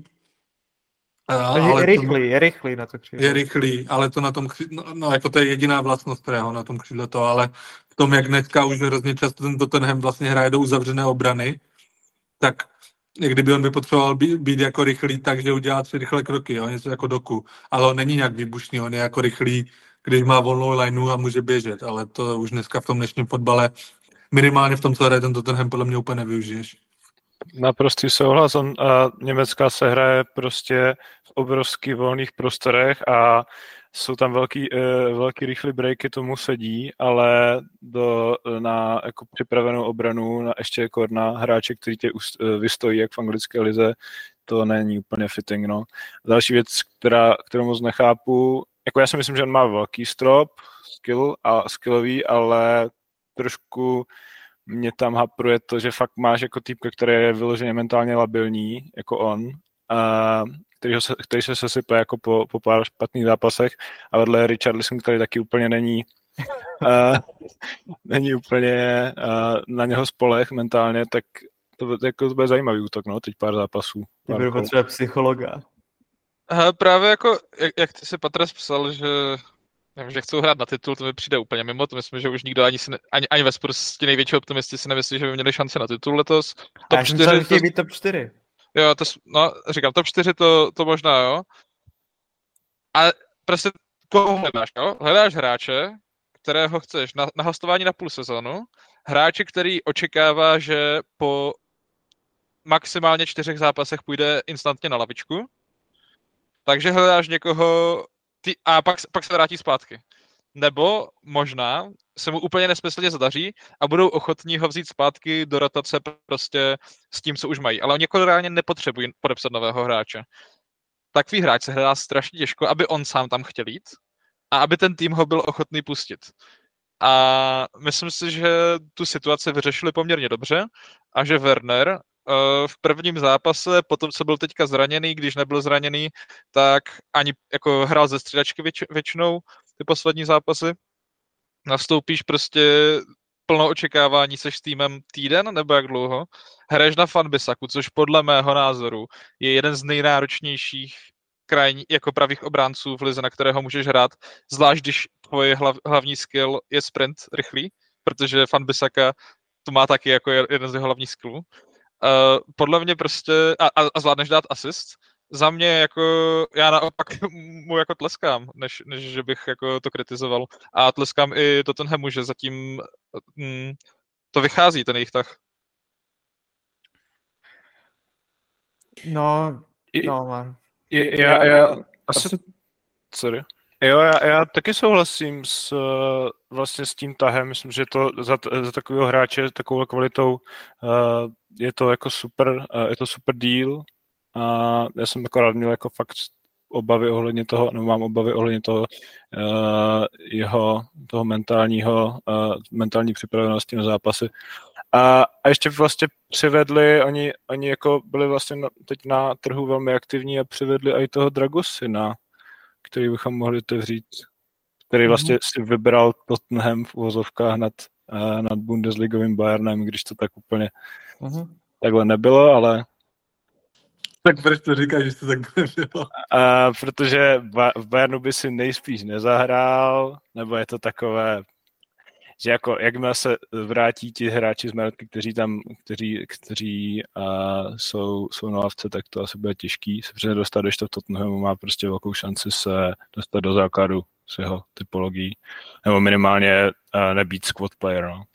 Ale je rychlý, to, je rychlý na to křídlo. Je rychlý, ale to na tom křídlo, no, no jako to je jediná vlastnost, kterého na tom křídle to, ale v tom, jak dneska už hrozně často ten Tottenham vlastně hraje do uzavřené obrany, tak kdyby on by potřeboval být, být jako rychlý, takže udělá tři rychlé kroky, jo, něco jako Doku, ale on není nějak výbušný, on je jako rychlý, když má volnou lineu a může běžet, ale to už dneska v tom dnešním fotbale, minimálně v tom, co hraje ten Tottenham, podle mě úplně nevyužiješ. Naprostý souhlas. On, a Německa se hraje prostě v obrovských volných prostorech a jsou tam velký, velký rychlý breaky, tomu sedí, ale do, na jako připravenou obranu, na ještě jako na hráče, který tě vystojí, jak v anglické lize, to není úplně fitting. No. Další věc, která, kterou moc nechápu, jako já si myslím, že on má velký strop, skill a skillový, ale trošku mě tam hapruje to, že fakt máš jako týpka, který je vyloženě mentálně labilní, jako on, a který, se, který se sesype jako po, po pár špatných zápasech, a vedle Richarlison, který taky úplně není uh, není úplně uh, na něho spoleh mentálně, tak to, jako, to bude zajímavý útok, no, teď pár zápasů. Bude potřeba psychologa. Aha, právě jako, jak, jak ty si Patres psal, že nevím, že chcou hrát na titul, to mi přijde úplně mimo, to myslím, že už nikdo ani, si ne, ani, ani ve Spurs, ti největší optimisti si nemyslí, že by měli šanci na titul letos. Top čtyři, jsem chtěl být top čtyři. Jo, to, no, říkám, top čtyři to, to možná, jo. A prostě koho hledáš, jo? Hledáš hráče, kterého chceš na, na hostování na půl sezonu, hráče, který očekává, že po maximálně čtyřech zápasech půjde instantně na lavičku, takže hledáš někoho, ty, a pak, pak se vrátí zpátky. Nebo možná se mu úplně nesmyslně zadaří a budou ochotní ho vzít zpátky do rotace prostě s tím, co už mají. Ale oni jako reálně nepotřebují podepsat nového hráče. Takový hráč se hledá strašně těžko, aby on sám tam chtěl jít a aby ten tým ho byl ochotný pustit. A myslím si, že tu situaci vyřešili poměrně dobře a že Werner v prvním zápase, potom co byl teďka zraněný, když nebyl zraněný, tak ani jako hrál ze střídačky věč, většinou ty poslední zápasy. Nastoupíš prostě plno očekávání, seš s týmem týden nebo jak dlouho. Hraješ na Wan-Bissaku, což podle mého názoru je jeden z nejnáročnějších krajní, jako pravých obránců v lize, na kterého můžeš hrát, zvlášť když tvoje hlav, hlavní skill je sprint rychlý, protože Wan-Bissaka to má taky jako jeden z jeho hlavních skillů. Uh, podle mě prostě, a, a, a zvládneš dát asist, za mě jako, já naopak mu jako tleskám, než, než že bych jako to kritizoval. A tleskám i Tottenhamu, že zatím mm, to vychází, ten jejich tah. No, no, man. Já, já, asi, sorry. Jo, já, já taky souhlasím s, vlastně s tím tahem, myslím, že to za, za takového hráče, takovou kvalitou uh, je to jako super, uh, je to super deal a já jsem jako rád měl jako fakt obavy ohledně toho, no mám obavy ohledně toho uh, jeho, toho mentálního, uh, mentální připravenosti na zápasy. A, a ještě vlastně přivedli, oni, oni jako byli vlastně na, teď na trhu velmi aktivní a přivedli i toho Dragosina, který bychom mohli otevřít, který vlastně mm-hmm. si vybral Tottenham v uvozovkách nad, uh, nad Bundesligovým Bayernem, když to tak úplně mm-hmm. takhle nebylo, ale tak proč to říkáš, že to tak nebylo? A protože v Bayernu by si nejspíš nezahrál, nebo je to takové, že jako jakmile se vrátí ti hráči z Merky, kteří tam, kteří, kteří uh, jsou, jsou na lavce, tak to asi bude těžký se přesně dostat, když to v Tottenhamu má prostě velkou šanci se dostat do základu s jeho typologií, nebo minimálně uh, nebýt squad player, no.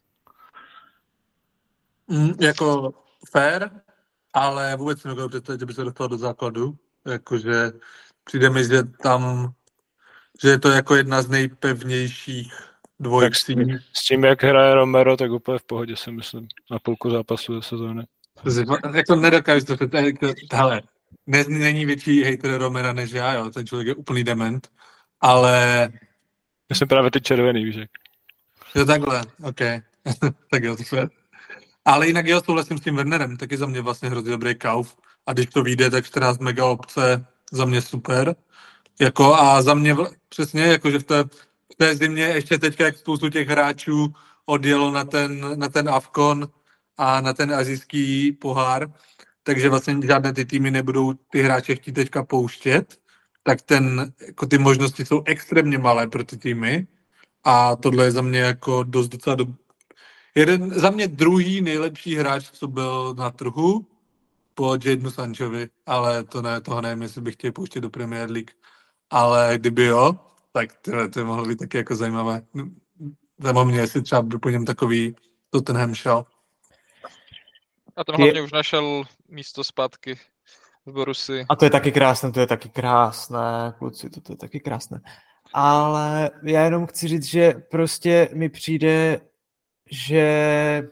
Mm, jako fair, ale vůbec nedokážu představit, že by se dostal do základu. Jakože přijde mi, že tam, že je to jako jedna z nejpevnější dvojicí. Tak s tím, jak hraje Romero, tak úplně v pohodě, si myslím, na půlku zápasu ze sezóny. Jako nedokážu to představit, hele, ne, není větší hejter Romera než já, jo, ten člověk je úplný dement, ale... Já jsem právě ty červený, víš jak. Jo, takhle, ok. Tak jo, to je. Ale jinak já souhlasím s tím Wernerem, taky za mě vlastně hrozně dobrý kauf. A když to vyjde, tak čtrnáct mega opce za mě super. Jako a za mě vl- přesně, jakože v té, v té zimě ještě teďka, jak spoustu těch hráčů odjelo na ten, na ten Afcon a na ten asijský pohár, takže vlastně žádné ty týmy nebudou ty hráče chtít teďka pouštět, tak ten, jako ty možnosti jsou extrémně malé pro ty týmy a tohle je za mě jako dost docela do... Jeden, za mě druhý nejlepší hráč, co byl na trhu, po Jadonu Sanchovi, ale to ne, toho nevím, jestli bych chtěl pouštět do Premier League. Ale kdyby jo, tak to, to mohlo být taky jako zajímavé. Zajímavé mě, jestli třeba by po něm takový Tottenham šel. A ten hlavně už našel místo zpátky v Borussii. A to je taky krásné, to je taky krásné, kluci, to, to je taky krásné. Ale já jenom chci říct, že prostě mi přijde, že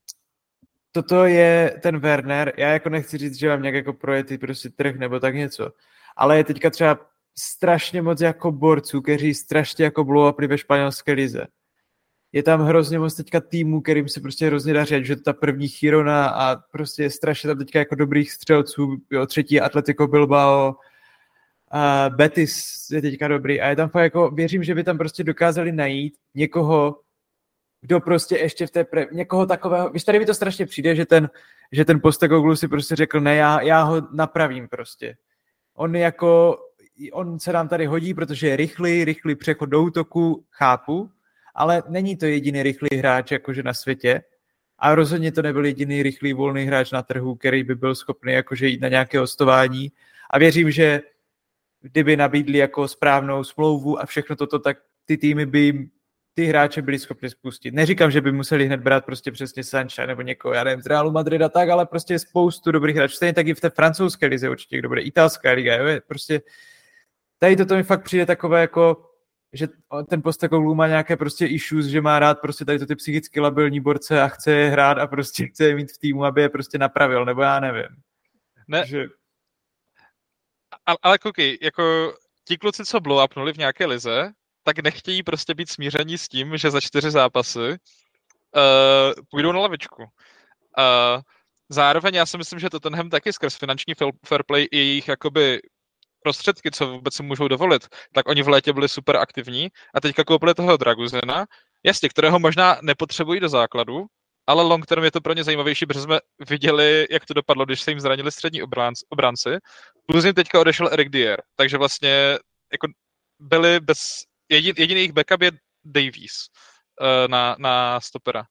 toto je ten Werner, já jako nechci říct, že mám nějak jako projetý prostě trh nebo tak něco, ale je teďka třeba strašně moc jako borců, kteří strašně jako blow-upli ve španělské lize. Je tam hrozně moc teďka týmů, kterým se prostě hrozně daří, že to ta první Girona a prostě je strašně tam teďka jako dobrých střelců, jo, třetí Atletico Bilbao, a Betis je teďka dobrý a je tam fakt jako, věřím, že by tam prostě dokázali najít někoho, kdo prostě ještě v té pre... někoho takového, víš, tady mi to strašně přijde, že ten, že ten Postecoglou si prostě řekl, ne, já, já ho napravím prostě. On jako, on se nám tady hodí, protože je rychlý, rychlý přechod do útoku, chápu, ale není to jediný rychlý hráč jakože na světě a rozhodně to nebyl jediný rychlý volný hráč na trhu, který by byl schopný jakože jít na nějaké hostování a věřím, že kdyby nabídli jako správnou smlouvu a všechno toto, tak ty týmy by jim ty hráče byli schopni spustit. Neříkám, že by museli hned brát prostě přesně Sancha nebo někoho, já nevím, z Realu Madrida tak, ale prostě spoustu dobrých hráčů. Stejně tak i v té francouzské lize určitě, kdo bude italská liga, jo, prostě tady toto mi fakt přijde takové jako, že ten Postecoglou má nějaké prostě issues, že má rád prostě tady to ty psychicky labilní borce a chce je hrát a prostě chce je mít v týmu, aby je prostě napravil, nebo já nevím. Ne, že... ale, ale koukej, jako ti kluci, co blow upnuli v nějaké lize, tak nechtějí prostě být smíření s tím, že za čtyři zápasy uh, půjdou na lavičku. Uh, zároveň já si myslím, že Tottenham taky skrz finanční fair play i jejich jakoby prostředky, co vůbec si můžou dovolit, tak oni v létě byli super aktivní a teďka koupili toho Draguzina, jasně, kterého možná nepotřebují do základu, ale long term je to pro ně zajímavější, protože jsme viděli, jak to dopadlo, když se jim zranili střední obránci, obránci. Plus jim teďka odešel Eric Dier, takže vlastně jako byli bez... Jedin, jediný jejich backup je Davies uh, na, na stopera.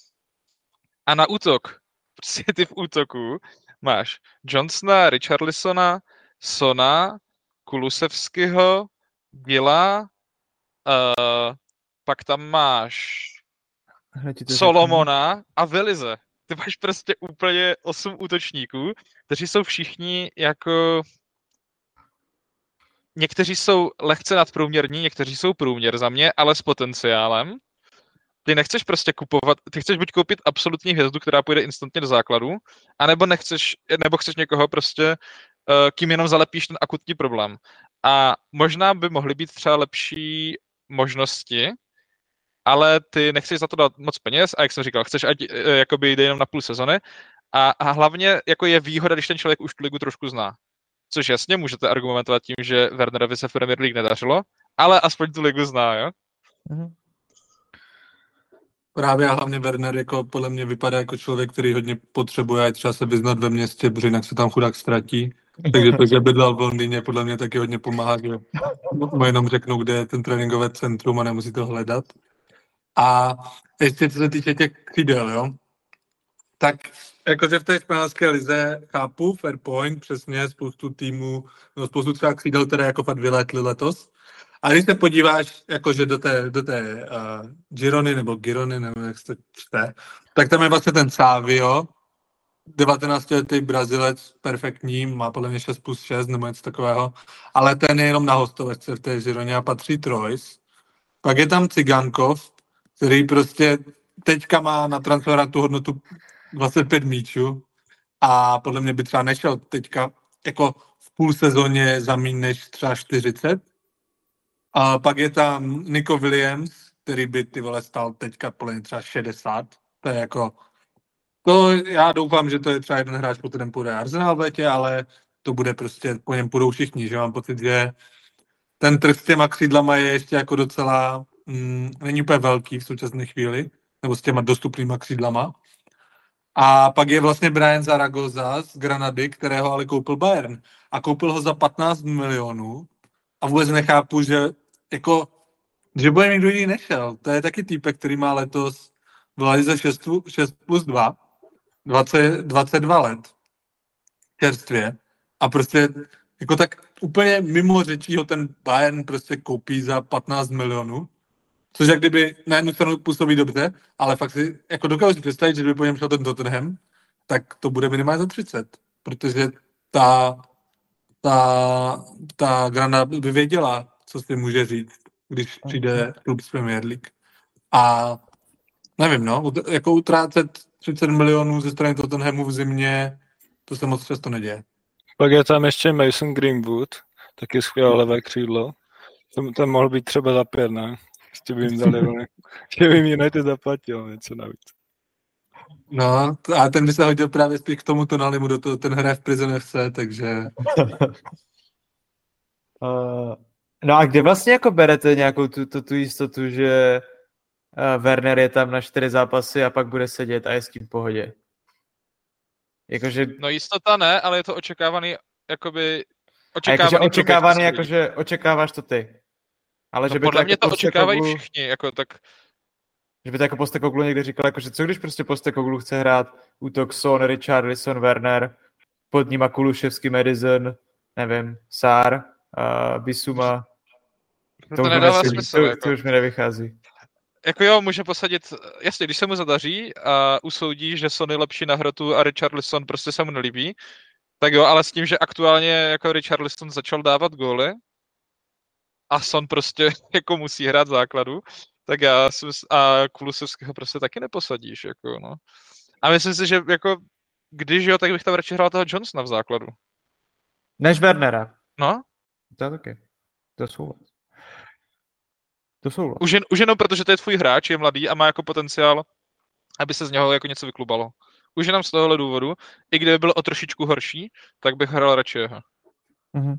A na útok, prostě ty v útoku máš Johnsona, Richarlisona, Sona, Kulusevského, Gila, uh, pak tam máš Solomona a Velize. Ty máš prostě úplně osm útočníků, kteří jsou všichni jako... Někteří jsou lehce nadprůměrní, někteří jsou průměr za mě, ale s potenciálem. Ty nechceš prostě kupovat, ty chceš buď koupit absolutní hvězdu, která půjde instantně do základu, anebo nechceš, nebo chceš někoho prostě, kým jenom zalepíš ten akutní problém. A možná by mohly být třeba lepší možnosti, ale ty nechceš za to dát moc peněz a jak jsem říkal, chceš, ať jakoby jde jenom na půl sezony a, a hlavně jako je výhoda, když ten člověk už tu ligu trošku zná. Což jasně můžete argumentovat tím, že Wernerovi se v Premier League nedařilo, ale aspoň tu ligu zná, jo? Mhm. Právě a hlavně Werner jako podle mě vypadá jako člověk, který hodně potřebuje třeba se vyznat ve městě, protože jinak se tam chudák ztratí. Takže to, že bydlel v Londýně, podle mě taky hodně pomáhá, že mu jenom řeknou, kde je ten tréninkové centrum a nemusí to hledat. A ještě co se týče těch křídel, jo, tak jakože v té španělské lize chápu, fair point, přesně spoustu týmů, no spoustu třeba křídel, které jako fakt vylétly letos. A když se podíváš jakože do té, do té uh, Girony nebo Girony, nebo jak se to čte, tak tam je vlastně ten Savio, devatenáctiletý Brazilec, perfektní, má podle mě šest plus šest nebo něco takového, ale ten je jenom na hostovečce v té Gironě a patří Troyes. Pak je tam Cigankov, který prostě teďka má na transferu tu hodnotu dvacet pět míčů a podle mě by třeba nešel teďka jako v půl sezóně za míň než třeba čtyřicet. A pak je tam Nico Williams, který by ty vole stál teďka podle mě třeba šedesát. To je jako, to já doufám, že to je třeba jeden hráč, po kterém půjde Arsenal v létě, ale to bude prostě, po něm půjdou všichni, že mám pocit, že ten trh s těma křídlama je ještě jako docela, mm, není úplně velký v současné chvíli, nebo s těma dostupnýma křídlama. A pak je vlastně Brian Zaragoza z Granady, kterého ale koupil Bayern. A koupil ho za patnáct milionů a vůbec nechápu, že jako, že bude někdo jiný nešel. To je taky týpek, který má letos v lize šest plus dva, dvacet, dvacet dva let čerstvě. A prostě jako tak úplně mimo řečí ho ten Bayern prostě koupí za patnáct milionů. Což jak kdyby na jednu stranu působí dobře, ale fakt si jako dokážu si představit, že by po něm šel ten Tottenham, tak to bude minimálně za třicet. Protože ta, ta, ta Granada by věděla, co si může říct, když přijde klub z Premier League. A nevím, no, jako utrácet třicet milionů ze strany Tottenhamu v zimě, to se moc často neděje. Pak je tam ještě Mason Greenwood, taky skvělé levé křídlo. Ten, ten mohl být třeba za pět, ne? Ještě by jim dali, že by jim United zaplatil něco navíc. No, a ten by se hodil právě spíš k tomu Tonalimu, do toho ten hraje v Prison F C, takže... uh, no a kde vlastně jako berete nějakou tu, tu, tu jistotu, že uh, Werner je tam na čtyři zápasy a pak bude sedět a je s tím v pohodě? Jakože... No jistota ne, ale je to očekávaný, jakoby... Očekávaný, jakože očekávaný jakože očekáváš to ty. Ale no že by podle to mě jako to očekávají Postecoglou, všichni, jako tak... Že by to jako Postecoglou někdy říkal, jako, že co když prostě Postecoglou chce hrát útok Son, Richarlison, Werner, pod nima Kulusevský, Madison, nevím, Sár, uh, Bissouma. To, to, to nedává to, smysl. To, jako. to už mi nevychází. Jako jo, může posadit, jasně, když se mu zadaří a usoudí, že Son je lepší na hrotu a Richarlison prostě se mu nelíbí, tak jo, ale s tím, že aktuálně jako Richarlison začal dávat góly a Son prostě jako musí hrát základu, tak já jsem, a Kulusevského prostě taky neposadíš, jako no. A myslím si, že jako, když jo, tak bych tam radši hrál toho Johnsona v základu. Než Wernera. No. To je taky. To souhlas. To souhlas. Už, jen, už jenom protože to je tvůj hráč, je mladý a má jako potenciál, aby se z něho jako něco vyklubalo. Už jenom z tohohle důvodu, i kdyby byl o trošičku horší, tak bych hrál radši jeho. Mhm.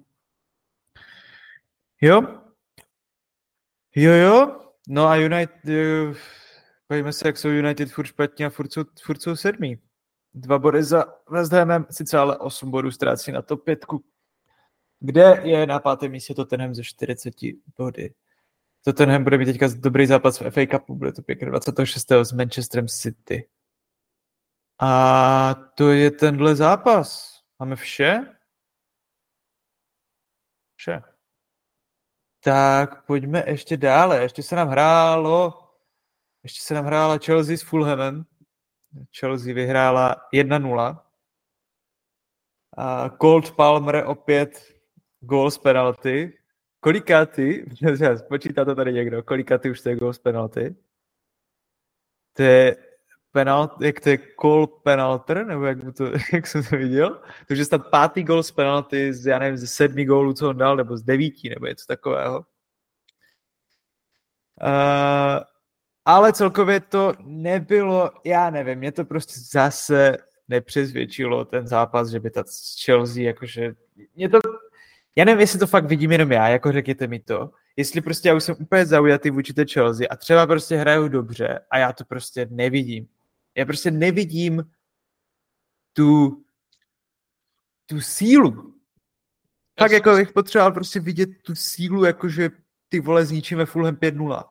Jo. Jo, jo. No a United, pojďme se, jak jsou United furt špatně a furt jsou, furt jsou sedmí. Dva body za West Hamem, sice ale osm bodů ztrácí na top pětku. Kde je na pátém místě Tottenham ze čtyřiceti body. Tottenham bude mít teďka dobrý zápas v F A Cupu, bude to pěkně dvacátého šestého s Manchesterem City. A to je tenhle zápas. Máme vše? Vše. Tak pojďme ještě dále. Ještě se nám hrálo, ještě se nám hrála Chelsea s Fulhamem. Chelsea vyhrála jedna nula. A Colt Palmer opět gól z penalty. Kolikátý? Počítá to tady někdo. Kolikátý už to je gól z penalty? To je penalt, jak to je Cole Penalter, nebo jak, to, jak jsem to viděl, to je snad pátý gol z penalty, z, já nevím, ze sedmi gólů, co on dal, nebo z devíti, nebo něco takového. Uh, ale celkově to nebylo, já nevím, mě to prostě zase nepřesvědčilo ten zápas, že by ta Chelsea, jakože, mě to, já nevím, jestli to fakt vidím jenom já, jako řekněte mi to, jestli prostě já už jsem úplně zaujatý vůči té Chelsea a třeba prostě hrajou dobře a já to prostě nevidím. Já prostě nevidím tu, tu sílu. Tak jako bych potřeboval prostě vidět tu sílu, jakože ty vole zničíme Fulham pět nula.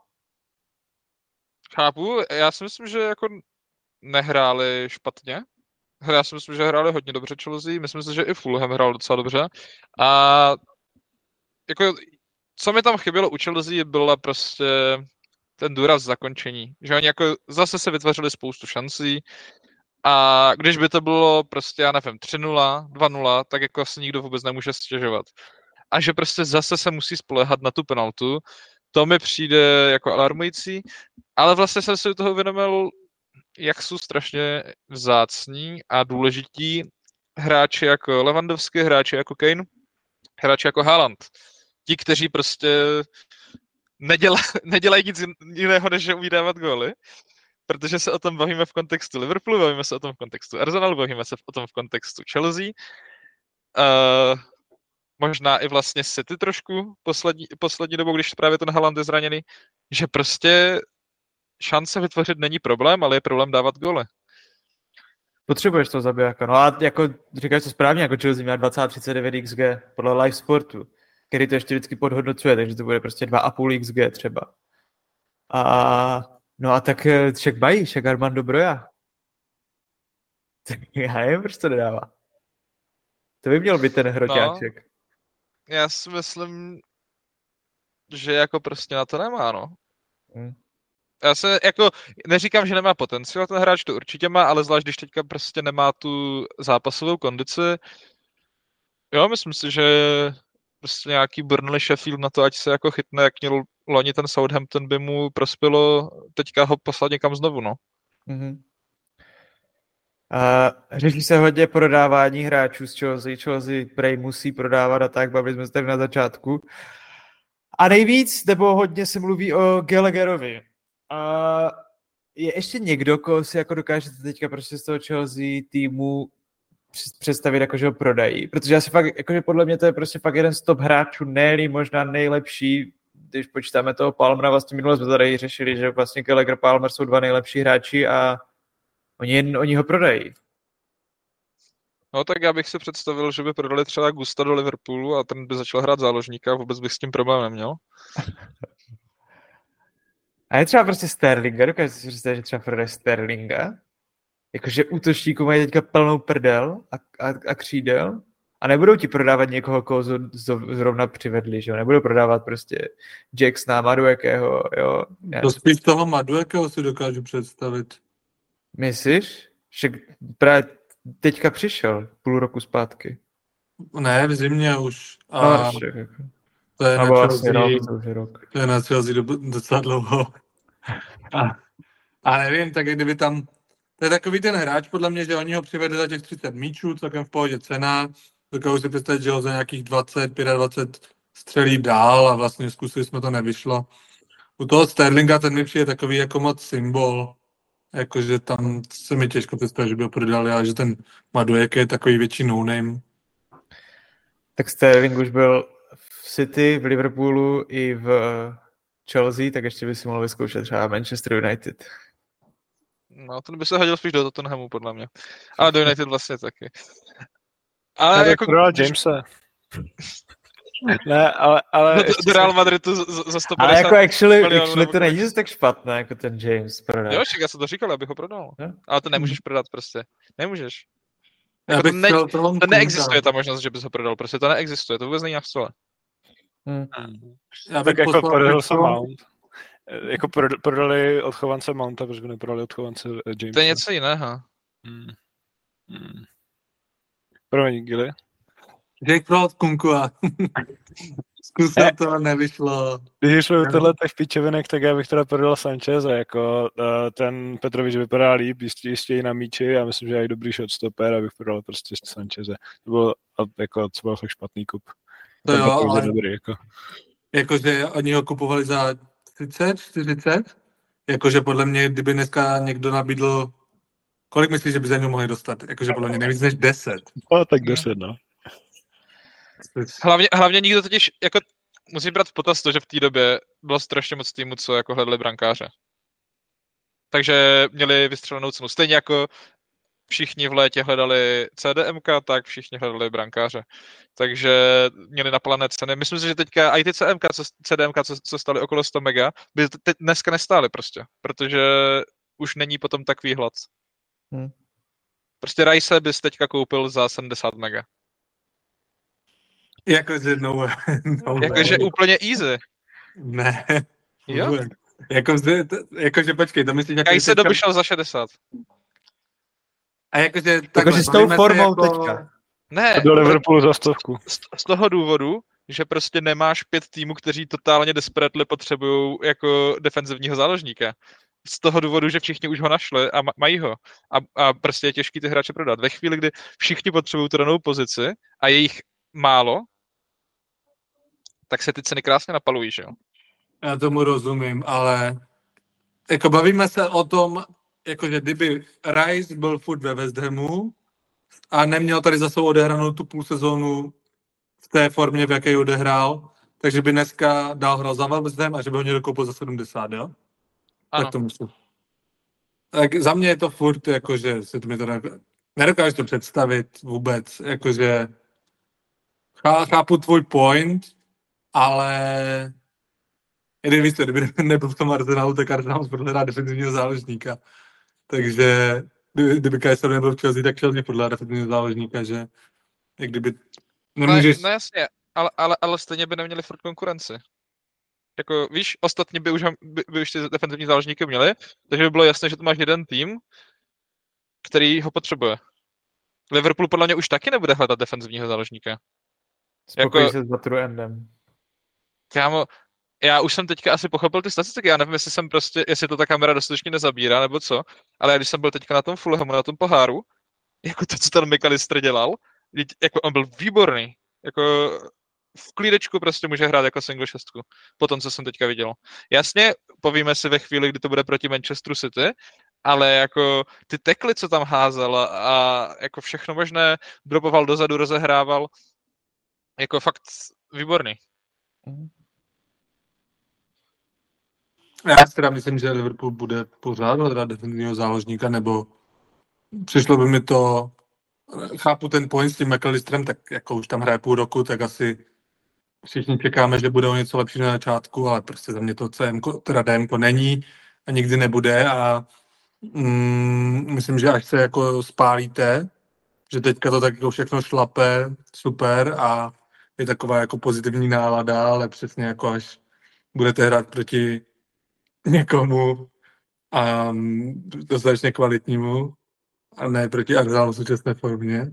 Chápu, já si myslím, že jako nehráli špatně. Já si myslím, že hráli hodně dobře Chelsea, myslím si, že i Fulham hrál docela dobře. A jako, co mi tam chybělo u Chelsea, byla prostě ten důraz zakončení. Že oni jako zase se vytvořili spoustu šancí a když by to bylo prostě, já nevím, tři nula, dva nula, tak jako asi nikdo vůbec nemůže stěžovat. A že prostě zase se musí spoléhat na tu penaltu, to mi přijde jako alarmující, ale vlastně jsem si u toho uvědomil, jak jsou strašně vzácní a důležití hráči jako Lewandowski, hráči jako Kane, hráči jako Haaland. Ti, kteří prostě neděla, nedělají nic jiného, než že umí dávat góly, protože se o tom bavíme v kontextu Liverpoolu, bavíme se o tom v kontextu Arsenalu, bavíme se o tom v kontextu Chelsea. Uh, možná i vlastně City trošku poslední, poslední dobou, když právě ten Haaland je zraněný, že prostě šance vytvořit není problém, ale je problém dávat góly. Potřebuješ to zabijáka. No a jako říkáš to správně, jako Chelsea měla dvacet třicet devět X G podle Live Sportu, který to ještě vždycky podhodnocuje, takže to bude prostě dva a půl X G třeba. A no a tak však mají, však Armando Broja. Tak já nevím, proč to nedává. To by měl být ten hroťáček. No, já si myslím, že jako prostě na to nemá, no. Hmm. Já se jako, neříkám, že nemá potenciál, ten hráč to určitě má, ale zvlášť, když teďka prostě nemá tu zápasovou kondici. Jo, myslím si, že prostě nějaký Burnley Sheffield na to, ať se jako chytne, jak měl loni ten Southampton, by mu prospělo teďka ho poslat někam znovu, no. Mm-hmm. Uh, řeší se hodně prodávání hráčů z Chelsea. Chelsea prej musí prodávat a tak, bavili jsme se tady na začátku. A nejvíc, nebo hodně se mluví o Gallagherovi. Uh, je ještě někdo, koho si jako dokážete teďka prostě z toho Chelsea týmu představit, jako že ho prodají? Protože asi fakt, jakože podle mě to je prostě fakt jeden z top hráčů, ne možná nejlepší, když počítáme toho Palmera, vlastně minule jsme tady řešili, že vlastně Gallagher Palmer jsou dva nejlepší hráči a oni, oni ho prodají. No tak já bych si představil, že by prodali třeba Gusta do Liverpoolu a ten by začal hrát záložníka a vůbec bych s tím problém neměl. A je třeba prostě Sterlinga, dokážete si představit, že třeba prodají Sterlinga? Jakože útočníků mají teďka plnou prdel a, a, a křídel a nebudou ti prodávat někoho, koho z, z, zrovna přivedli, že jo? Nebudou prodávat prostě Jacksona, Maduekého, jo? To spíš toho Maduekého si dokážu představit. Myslíš? Že právě teďka přišel půl roku zpátky. Ne, v zimě už. A no, však, jako. To je no, na vlastně, Chelsea, no, rok. to je na Chelsea do, docela dlouho. A, a nevím, tak kdyby tam, to je takový ten hráč, podle mě, že oni ho přivedli za těch třicet míčů, celkem v pohodě cena, dokážu si představit, že ho za nějakých dvacet, dvacet pět střelí dál a vlastně zkusili jsme to, nevyšlo. U toho Sterlinga ten mi přijde takový jako moc symbol, jakože tam se mi těžko představit, že by ho prodali, ale že ten Madueke je takový větší no-name. Tak Sterling už byl v City, v Liverpoolu i v Chelsea, tak ještě by si mohl vyzkoušet třeba Manchester United. No, ten by se hodil spíš do Tottenhamu, podle mě. Ale do United vlastně taky. Ale já jako... Prodal Jamese. Ne, ale... ale do, do Real Madridu za sto padesát ale jako actually, milionů. actually to není zase tak špatné, jako ten James prodal. Jo, však já jsem to říkal, abych ho prodal. No? Ale to nemůžeš prodat prostě. Nemůžeš. Jako to, ne, to neexistuje ta možnost, že bys ho prodal. Prostě to neexistuje. To vůbec není na stole. Hmm. Já tak jako prodal se Mount. Jako prodali odchovance Mounta, protože by neprodali odchovance Jamesa. To je něco jiného. Hmm. Hmm. Promiň, Gilly. Jake prodal Kunku a... Zkusil to, nevyšlo. Když šlo tohle těch pičevinek, tak já bych teda prodal Sancheze, jako uh, ten Petrovič vypadá líp, jistě, jistě i na míči, já myslím, že je i dobrý shotstopper, abych prodal prostě Sancheze. To bylo, jako, to byl fakt špatný kup. To jo, ale dobrý, jako. Jakože oni ho kupovali za třicet, čtyřicet, jakože podle mě, kdyby dneska někdo nabídl, kolik myslíš, že by za něj mohli dostat? Jakože podle mě nejvíc než deset. No, tak deset, no. Hlavně, hlavně nikdo totiž, jako, musí brát v potaz to, že v té době bylo strašně moc týmů, co jako hledali brankáře. Takže měli vystřelenou cenu. Stejně jako všichni v létě hledali C D M K, tak všichni hledali brankáře. Takže měli napalené ceny. Myslím si, že teďka i ty C D M K, co, C D M K, co, co stály okolo sto mega, by teď dneska nestály prostě, protože už není potom takový hlad. Hmm. Prostě Rice bys teďka koupil za sedmdesát mega. Jakože no, no Jakože úplně easy. Ne. Jo? Jakože, jakože počkej, to myslíš... Kaj se dobyšel za šedesát. A jakože... Jakože s tou formou jako... teďka. Ne. To byl Liverpool za stovku. Z, z toho důvodu, že prostě nemáš pět týmů, kteří totálně desperately potřebují jako defenzivního záložníka. Z toho důvodu, že všichni už ho našli a mají ho. A, a prostě je těžký ty hráče prodat. Ve chvíli, kdy všichni potřebují tu danou pozici a je jich málo, tak se ty ceny krásně napalují, že jo? Já tomu rozumím, ale jako bavíme se o tom, jakože kdyby Rice byl furt ve West Hamu a neměl tady za sebou odehranou tu půl sezónu v té formě, v jaké ji odehrál, takže by dneska dál hrál za West Ham a že by ho někdo koupil za sedmdesát, jo? Ano. Tak to musím. Tak za mě je to furt, jakože se to mi to nedokážu to představit vůbec, jakože chápu tvůj point, ale jeden víc, kdyby nebyl v tom Arsenalu, tak Arsenal podle hrát defenzivního záložníka. Takže kdyby, kdyby Kajsar nebyl v Chelsea, tak Chelsea podle defenzivního záložníka, že jak kdyby nemůžeš... No, no jasně, ale, ale, ale stejně by neměli furt konkurenci. Jako víš, ostatní by už, by, by už ty defenzivní záložníky měli, takže by bylo jasné, že tu máš jeden tým, který ho potřebuje. Liverpool podle mě už taky nebude hledat defenzivního záložníka. Spokojí jako... se s Batuendem. Kámo, já už jsem teďka asi pochopil ty statistiky, já nevím, jestli jsem prostě, jestli to ta kamera dostatečně nezabírá, nebo co, ale já když jsem byl teďka na tom Fulhamu, na tom poháru, jako to, co ten McAllister dělal, jako on byl výborný, jako v klídečku prostě může hrát jako single šestku, po tom, co jsem teďka viděl. Jasně, povíme si ve chvíli, kdy to bude proti Manchesteru City, ale jako ty tekly, co tam házel a, a jako všechno možné, dropoval dozadu, rozehrával, jako fakt výborný. Já si teda myslím, že Liverpool bude pořád hledat defenzivního záložníka, nebo přišlo by mi to, chápu ten point s tím McAllisterem, tak jako už tam hraje půl roku, tak asi všichni čekáme, že bude o něco lepší na začátku, ale prostě za mě to C M, teda D M není a nikdy nebude a mm, myslím, že až se jako spálíte, že teďka to tak jako všechno šlape, super a je taková jako pozitivní nálada, ale přesně jako až budete hrát proti někomu a dostatečně kvalitnímu a ne proti Arsenalu v současné formě.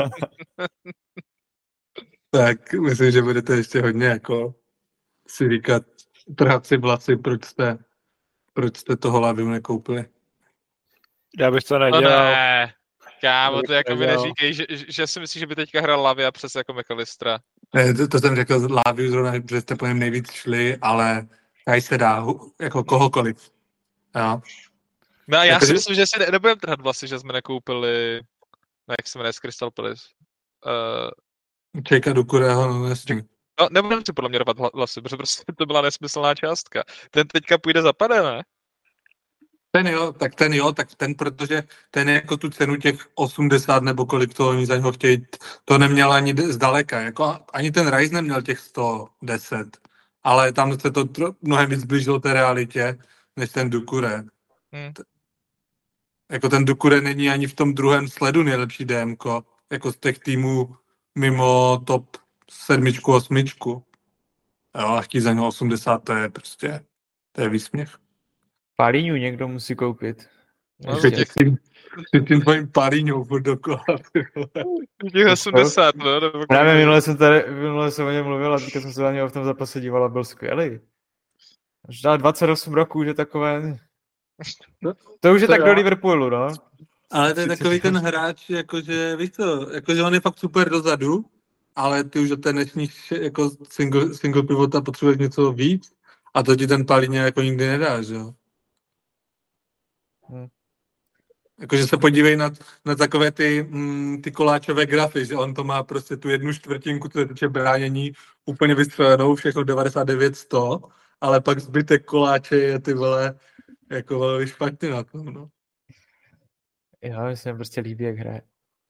Tak myslím, že budete ještě hodně jako si říkat, trhat si vlasy, proč jste, proč jste toho Laviu nekoupili. Já bych to nedělal. No ne, kámo, to jako mi neříkej, že, že si myslíš, že by teďka hrál Lavia přes jako McAllistera. Ne, to, to jsem řekl Laviu zrovna, že jste po něm nejvíc šli, ale tady se dá jako kohokoliv. Jo. No a já jako, si myslím, že si ne, nebudeme trhat vlasy, že jsme nekoupili, no jak se jmenuje, z Crystal Palace. Uh, Čejka Doucourého, no nesmí. No, nebudeme si podle mě rvat vlasy, protože prostě to byla nesmyslná částka. Ten teďka půjde za pade, ne? Ten jo, tak ten jo, tak ten, protože ten jako tu cenu těch osmdesát nebo kolik to oni za něho chtějí, to neměl ani zdaleka, jako ani ten Rice neměl těch sto deset, ale tam se to tro, mnohem víc blížilo té realitě, než ten Doucouré. Hmm. Jako ten Doucouré není ani v tom druhém sledu nejlepší DMko, jako z těch týmů mimo top sedmičku, osmičku. Jo, a chtít za něho osmdesát, to je prostě, to je výsměch. Palíňu někdo musí koupit. No, Ty těch, tím, ty tím tvojím paríňou furt dokola, ty vole. těch osmdesát, no. Nebo Právě kolik- minule jsem, tady, minule jsem o něm mluvil a teďka jsem se na něho v tom zápase díval a byl skvělý. Už dal dvacet osm roků, že takové... To už je To tak jo. do Liverpoolu, no. Ale to je takový ten hráč, jakože, víš co, jakože on je fakt super dozadu, ale ty už od té dnešní jako single, single pivota potřebuješ něco víc a to ti ten Palíně jako nikdy nedá, že jo. Hmm. Jakože se podívej na, na takové ty, mm, ty koláčové grafy, že on to má prostě tu jednu čtvrtinku, co se týče bránění, úplně vystřelenou, všechno devadesát devět sto, ale pak zbytek koláče je ty vole jako velmi špatně na tom, no. Jo, mi se mi prostě líbí, jak hraje.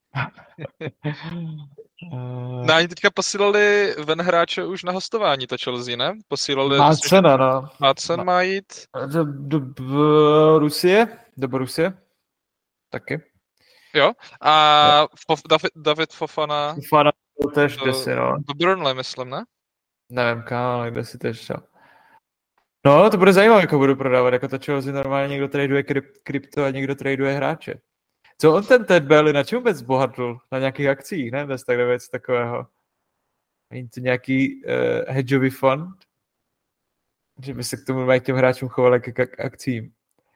Uh, No, oni teďka posílali ven hráče už na hostování, to Chelsea, ne? Posílali... má myslím, že cena, no. Madsen má jít. Do, do, do Rusie? Do Borusie? Taky. Jo. A Fof, David, David Fofana Fana to tež do, jde si, no. do Burnley, myslím, ne? Nevím kam, ale kde si tež šel. No, to bude zajímavé, jako budu prodávat, jako to Chelsea normálně někdo traduje kryp, krypto a někdo traduje hráče. Co on ten Ted Bailey, na čem vůbec zbohatl? Na nějakých akcích, ne? Bez takhle věc takového. Není to nějaký uh, hedžový fond? Že by se k tomu k těm hráčům choval jako k akcím.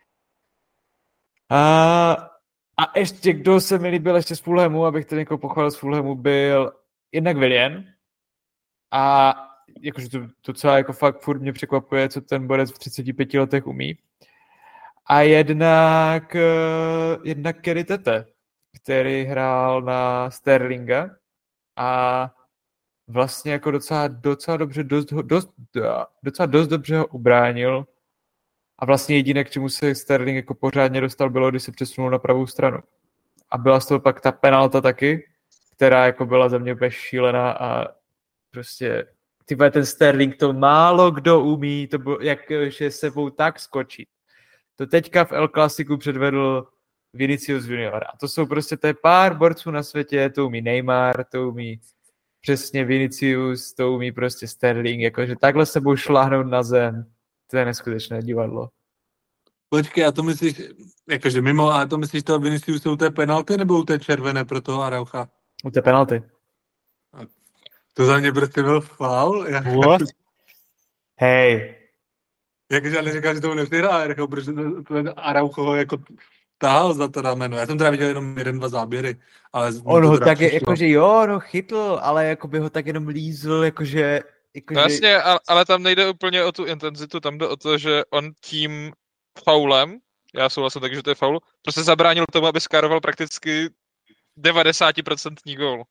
A, a ještě, kdo se mi líbil ještě z Fulhamu, abych to někoho pochválil z Fulhamu, byl jednak Willian. A jakože to, to celé jako fakt furt mě překvapuje, co ten borec v třiceti pěti letech umí. A jednak, jednak Kerry Tete, který hrál na Sterlinga a vlastně jako docela, docela dobře, dost, dost, docela dost dobře ho ubránil a vlastně jediné, k čemu se Sterling jako pořádně dostal, bylo, když se přesunul na pravou stranu. A byla z toho pak ta penalta taky, která jako byla za mě úplně šílená a prostě tyhle ten Sterling to málo kdo umí, to bylo, jak že sebou tak skočit. To teďka v El Clasicu předvedl Vinicius Junior. A to jsou prostě to je pár borců na světě, to umí Neymar, to umí přesně Vinicius, to umí prostě Sterling, jakože takhle sebou šláhnout na zem, to je neskutečné divadlo. Počkej, a to myslíš, jakože mimo, a to myslíš toho Viniciuse u té penalty nebo u té červené pro toho Araucha? U té penalty. To za mě prostě byl faul. What? Hej. Jakože já neříkám, že tomu nepřihrál, jako, protože to Araucho ho jako tahal za to rameno. Já jsem teda viděl jenom jeden, dva záběry. Ale On ho tak, přišlo. jakože jo, no chytl, ale jako by ho tak jenom lízl, jakože... jakože... No jasně, ale, ale tam nejde úplně o tu intenzitu, tam jde o to, že on tím faulem, já souhlasím tak, že to je faul, prostě zabránil tomu, aby skároval prakticky devadesát procent gól.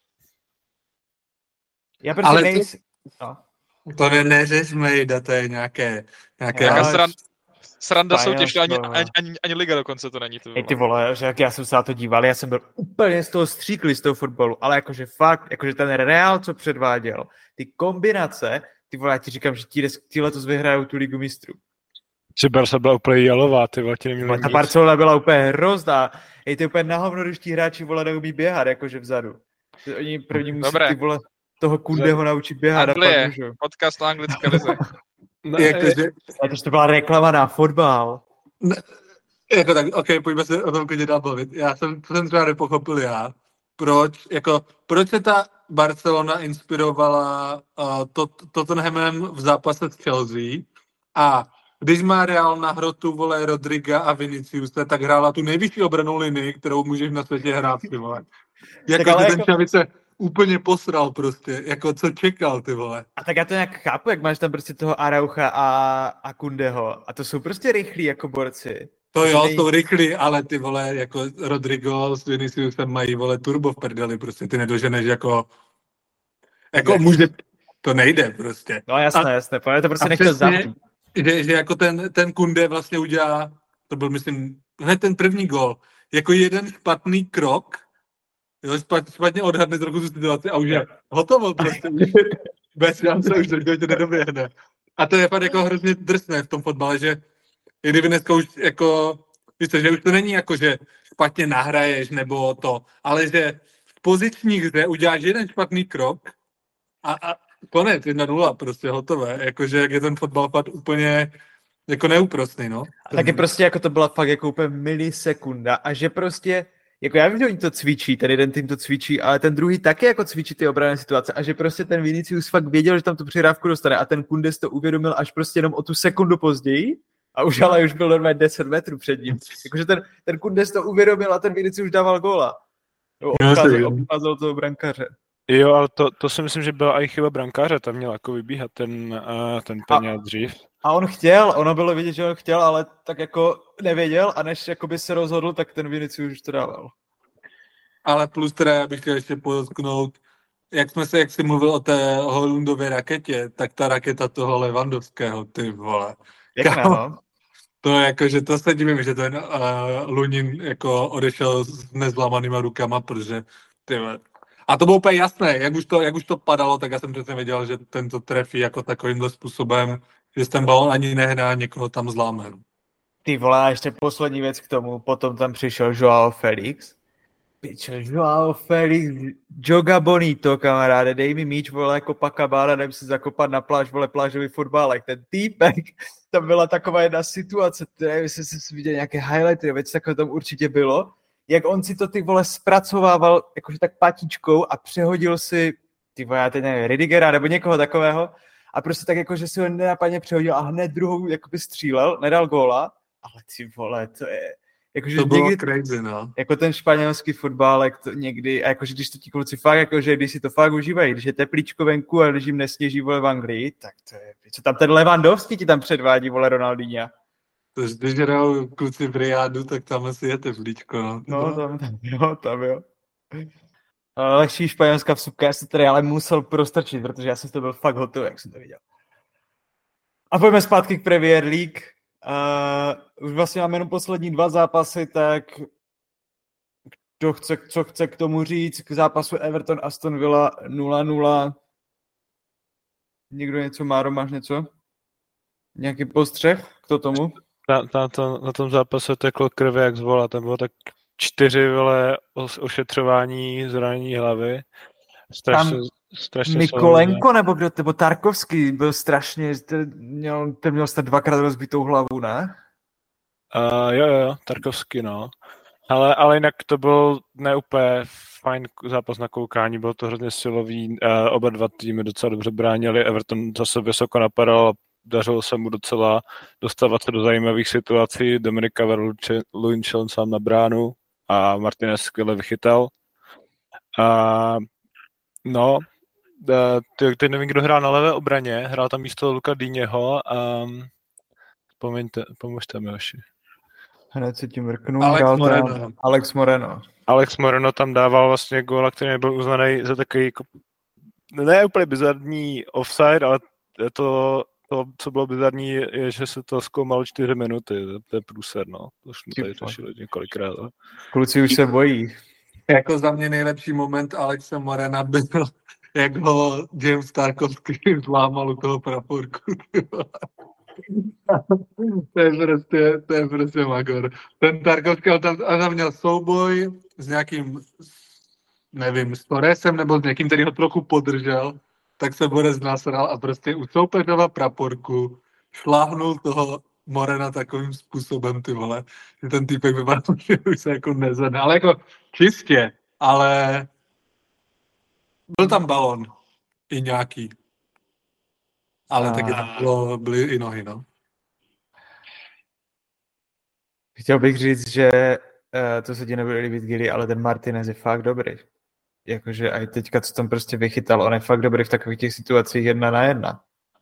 Já prostě Ale nejsem... No. To ne, neřeš Mejda, to je nějaké... nějaké Jaká Ale- sran, sranda soutěž, ani, Španělsko, ani, ani, ani liga dokonce to není. To Ej, ty vole, že jak já jsem se na to díval, já jsem byl úplně z toho stříklý z toho fotbalu, ale jakože fakt, jakože ten Real, co předváděl, ty kombinace, ty vole, já ti říkám, že ti, ti letos vyhrajou tu ligu mistrů. Že Barca byla úplně jalová, ty vole, ti Vole, neměli ta nic. Barcelona byla úplně hrozná. Ej, to je úplně na hovno, když ti hráči, vole, neumí běhat, jakože vzadu. Oni první musí Dobré. ty vole, toho Kundeho naučit běhat a Anglie, pak můžou. podcast o anglické lize. No, Jakože, A to, to byla reklama na fotbal. jako tak, ok, pojďme se o tom klidně dál bavit. Já jsem, to jsem třeba nepochopil já. Proč, jako, proč se ta Barcelona inspirovala uh, to, Tottenhamem v zápase s Chelsea a když má Real na hrotu, vole, Rodriga a Viniciuse, tak hrála tu nejvyšší obranou linii, kterou můžeš na světě hrát, ty vole. Jako, ale že jako- ten Xavi se úplně posral prostě, jako co čekal, ty vole. A tak já to nějak chápu, jak máš tam prostě toho Araucha a, a Kundeho. A to jsou prostě rychlí jako borci. To jo, nej- jsou rychlí, ale ty vole, jako Rodrigo s Viniciusem mají, vole, turbo v prdeli, prostě ty nedoženeš jako, jako může, to nejde prostě. No jasné, A- jasné, ale to prostě a nechtěl přesně- zavřít. Že, že jako ten, ten Kunde vlastně udělá, to byl myslím, hned ten první gol, jako jeden špatný krok, jo, špat, špatně odhadne trochu tu situaci a už je hotovo prostě, bez šance už to tě nedoběhne. A to je fakt jako hrozně drsné v tom fotbale, že i kdyby dneska už jako, víte, že už to není jako, že špatně nahraješ nebo to, ale že v pozičních hře uděláš jeden špatný krok a, a konec, jedna nula, prostě hotové. Jakože jak je ten fotbal fakt úplně jako neúprostný, no. A taky prostě jako to byla fakt jako úplně milisekunda a že prostě, jako já vím, že oni to cvičí, ten jeden tým to cvičí, ale ten druhý taky jako cvičí ty obranné situace a že prostě ten Vinicius fakt věděl, že tam tu přihrávku dostane a ten Koundés to uvědomil až prostě jenom o tu sekundu později a už ale už byl normálně deset metrů před ním. Jakože ten, ten Koundés to uvědomil a ten Vinicius už dával góla. No, obcházel, obcházel toho brankáře. Jo, ale to, to si myslím, že byla i chyba brankáře, tam měl jako vybíhat ten, uh, ten Peňa dřív. A on chtěl, ono bylo vidět, že on chtěl, ale tak jako nevěděl a než jakoby se rozhodl, tak ten Vinicius už to dával. Ale plus teda, já bych chtěl ještě podotknout, jak jsme se, jak jsi mluvil o té Hojlundově raketě, tak ta raketa toho Lewandowského, ty vole. Pěkná, no. To jako, že to se divím, že ten uh, Lunin jako odešel s nezlámanýma rukama, protože ty vole. A to bylo úplně jasné, jak už to, jak už to padalo, tak já jsem přesně věděl, že tento trefí jako takovýmhle způsobem, že ten balon ani nehná, někoho tam zláme. Ty vole, a ještě poslední věc k tomu, potom tam přišel Joao Felix. Piče, Joao Felix, Joga Bonito, kamaráde, dej mi míč, vole, jako Pakabára, jdem si zakopat na pláž, vole, plážový fotbálek. Ten týpek, tam byla taková jedna situace, která, jestli jsi viděl nějaké highlighty, věc takové tam určitě bylo, jak on si to, ty vole, zpracovával jakože tak patičkou a přehodil si, ty vole, já teď nevím, Ridigera nebo někoho takového a prostě tak jako, že si ho nenapadně přehodil a hned druhou jakoby střílel, nedal góla, ale ty vole, to je, jakože to bylo někdy, crazy, no. Jako ten španělský fotbálek to někdy, a jakože když to ti kluci fakt, jakože když si to fakt užívají, když je teplíčko venku a když jim nesněží, vole, v Anglii, tak to je, co tam ten Lewandowski ti tam předvádí, vole, Ronaldinho. To když hrajou kluci v Riádu, tak tam asi je teplíčko, no. No, tam, tam jo, tam jo. Lehčí španělská vsupka, já jsem tady ale musel prostrčit, protože já jsem to byl fakt hotový, jak jsem to viděl. A pojďme zpátky k Premier League. Uh, už vlastně máme jenom poslední dva zápasy, tak kdo chce, co chce k tomu říct, k zápasu Everton Aston Villa nula nula. Někdo něco má, máš něco? Nějaký postřeh k tomu? Na, na, to, na tom zápase teklo krve jak z vola, tam bylo tak čtyři vole ošetřování zranění hlavy. Strašně, tam strašně Mikolenko samozřejmě. nebo kdo, nebo Tarkovský byl strašně, ten měl, ten měl snad dvakrát rozbitou hlavu, ne? Uh, jo, jo, Tarkovský, no. Ale, ale jinak to byl neúplně fajn zápas na koukání, bylo to hrozně silový, uh, oba dva týmy docela dobře bránili, Everton zase vysoko napadal, dařilo se mu docela dostávat se do zajímavých situací, Dominik Calvert-Lewin šel sám na bránu a Martinez skvěle vychytal. Uh, no, uh, teď nevím, kdo hrál na levé obraně, hrál tam místo Luka Díněho a Pomeňte, pomožte mi, Joši. Hned se tím vrknu. Alex Moreno. Alex Moreno. Alex Moreno tam dával vlastně góla, který nebyl uznaný za takový jako, ne úplně bizarní offside, ale to, to, co bylo bizarní, je, že se to zkoumalo čtyři minuty. To je průser, no. To už jsme tady řešili několikrát. Ale. Kluci už se bojí. Jako za mě nejlepší moment Alexe Morena byl, jak ho James Tarkovský zlámal u toho praporku. To je prostě, to je prostě magor. Ten Tarkovský tam, tam měl souboj s nějakým, nevím, s Torresem nebo s někým, který ho trochu podržel, tak se Borec nasral a prostě u soupeřova praporku šláhnul toho Morena takovým způsobem, ty vole, že ten týpek vypadal, že už se jako nezvedne, ale jako čistě, ale byl tam balon i nějaký. Ale taky tam bylo, byly i nohy, no. Chtěl bych říct, že uh, to se ti nebude líbit, Gili, ale ten Martinez je fakt dobrý. Jakože aj teďka, co tam prostě vychytal, on je fakt dobrý v takových těch situacích jedna na jedna.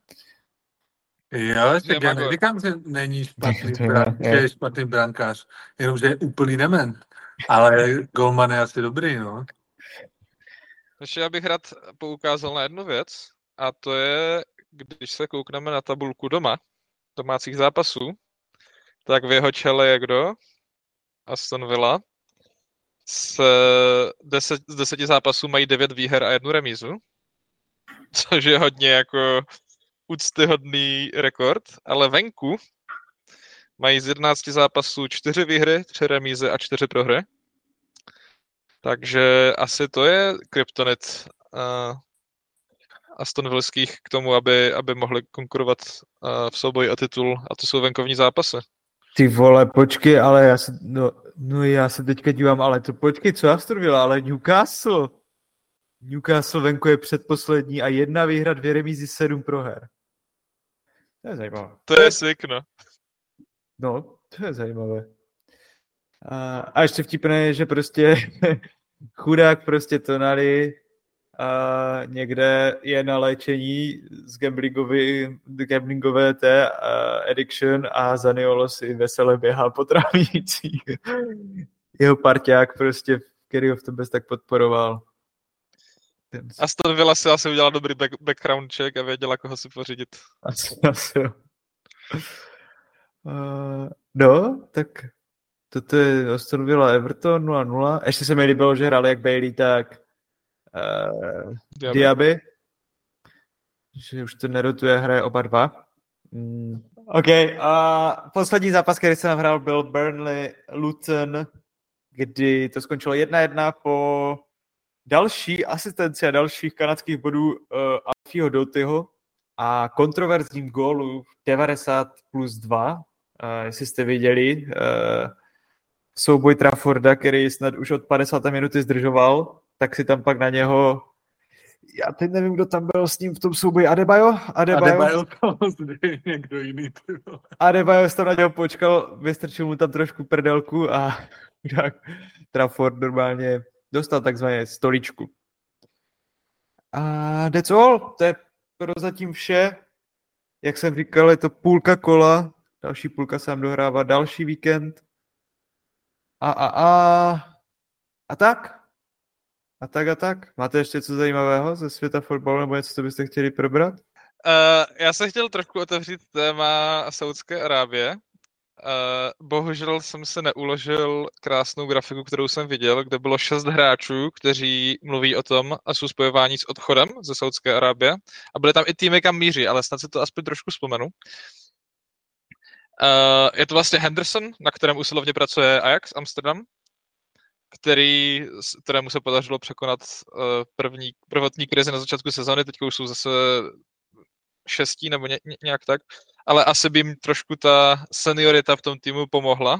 Jo, tak já neříkám, že není špatný, brán, že je špatný brankář, jenom že je úplný nemen. Ale golman je asi dobrý, no. Ještě já bych rád poukázal na jednu věc, a to je, když se koukneme na tabulku doma, domácích zápasů, tak v jeho čele je kdo? Aston Villa. Z, deset, z deseti zápasů mají devět výher a jednu remízu, což je hodně jako úctyhodný rekord, ale venku mají z jedenácti zápasů čtyři výhry, tři remízy a čtyři prohry. Takže asi to je kryptonit uh, Aston Villských k tomu, aby, aby mohli konkurovat uh, v souboji o titul, a to jsou venkovní zápasy. Ty vole, počkej, ale já se, no, no já se teďka dívám, ale to počkej, co Aston Villa, ale Newcastle. Newcastle venku je předposlední a jedna výhra, dvě remízy, sedm proher. To je zajímavé. To je sick, no. No, to je zajímavé. A, a ještě vtipné je, že prostě chudák prostě Tonali a někde je na léčení z gamblingové té uh, addiction a Zaniolo si veselé běhá po trávnicích. Jeho parťák prostě, který ho v tom bez tak podporoval. Ten... Aston Villa si asi udělala dobrý back, background check a věděla, koho si pořídit. Asi, asi jo. Uh, no, tak toto je Aston Villa Everton nula nula. Ještě se mi líbilo, že hráli jak Bailey, tak uh, Diaby. Diaby. Že už to nerotuje, hraje oba dva. Mm. OK, a poslední zápas, který jsem hrál, byl Burnley Luton, kdy to skončilo jedna jedna po další asistenci a dalších kanadských bodů uh, Alfieho Doughtyho a kontroverzním gólu devadesát plus dva. Uh, jestli jste viděli uh, souboj Trafforda, který snad už od padesáté minuty zdržoval, tak si tam pak na něho, já teď nevím, kdo tam byl s ním v tom souboji, Adebayo? Adebayo, Adebayo tam někdo jiný. Adebayo tam na něho počkal, vystrčil mu tam trošku prdelku a tak Trafford normálně dostal takzvaně stoličku. A that's all, to je prozatím vše. Jak jsem říkal, je to půlka kola, další půlka se nám dohrává další víkend. A, a, a, a tak. A tak a tak. Máte ještě něco zajímavého ze světa fotbalu, nebo něco, co byste chtěli probrat? Uh, já jsem chtěl trošku otevřít téma Saúdské Arábie. Uh, bohužel jsem se neuložil krásnou grafiku, kterou jsem viděl, kde bylo šest hráčů, kteří mluví o tom a jsou spojováni s odchodem ze Saúdské Arábie. A byly tam i týmy, kam míří, ale snad si to aspoň trošku vzpomenu. Uh, je to vlastně Henderson, na kterém usilovně pracuje Ajax Amsterdam, který, kterému se podařilo překonat uh, první, prvotní krizi na začátku sezóny, teď už jsou zase šestí nebo ně, nějak tak, ale asi by jim trošku ta seniorita v tom týmu pomohla.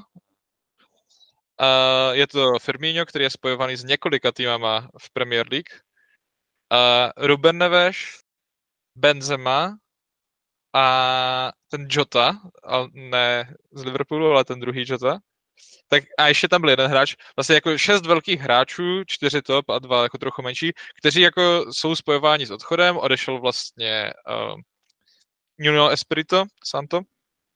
Uh, je to Firmino, který je spojovaný s několika týmama v Premier League. Uh, Ruben Neves, Benzema a ten Jota, ale ne z Liverpoolu, ale ten druhý Jota. Tak a ještě tam byl jeden hráč, vlastně jako šest velkých hráčů, čtyři top a dva jako trochu menší, kteří jako jsou spojováni s odchodem, odešel vlastně uh, Nuno Espirito Santo. Uh,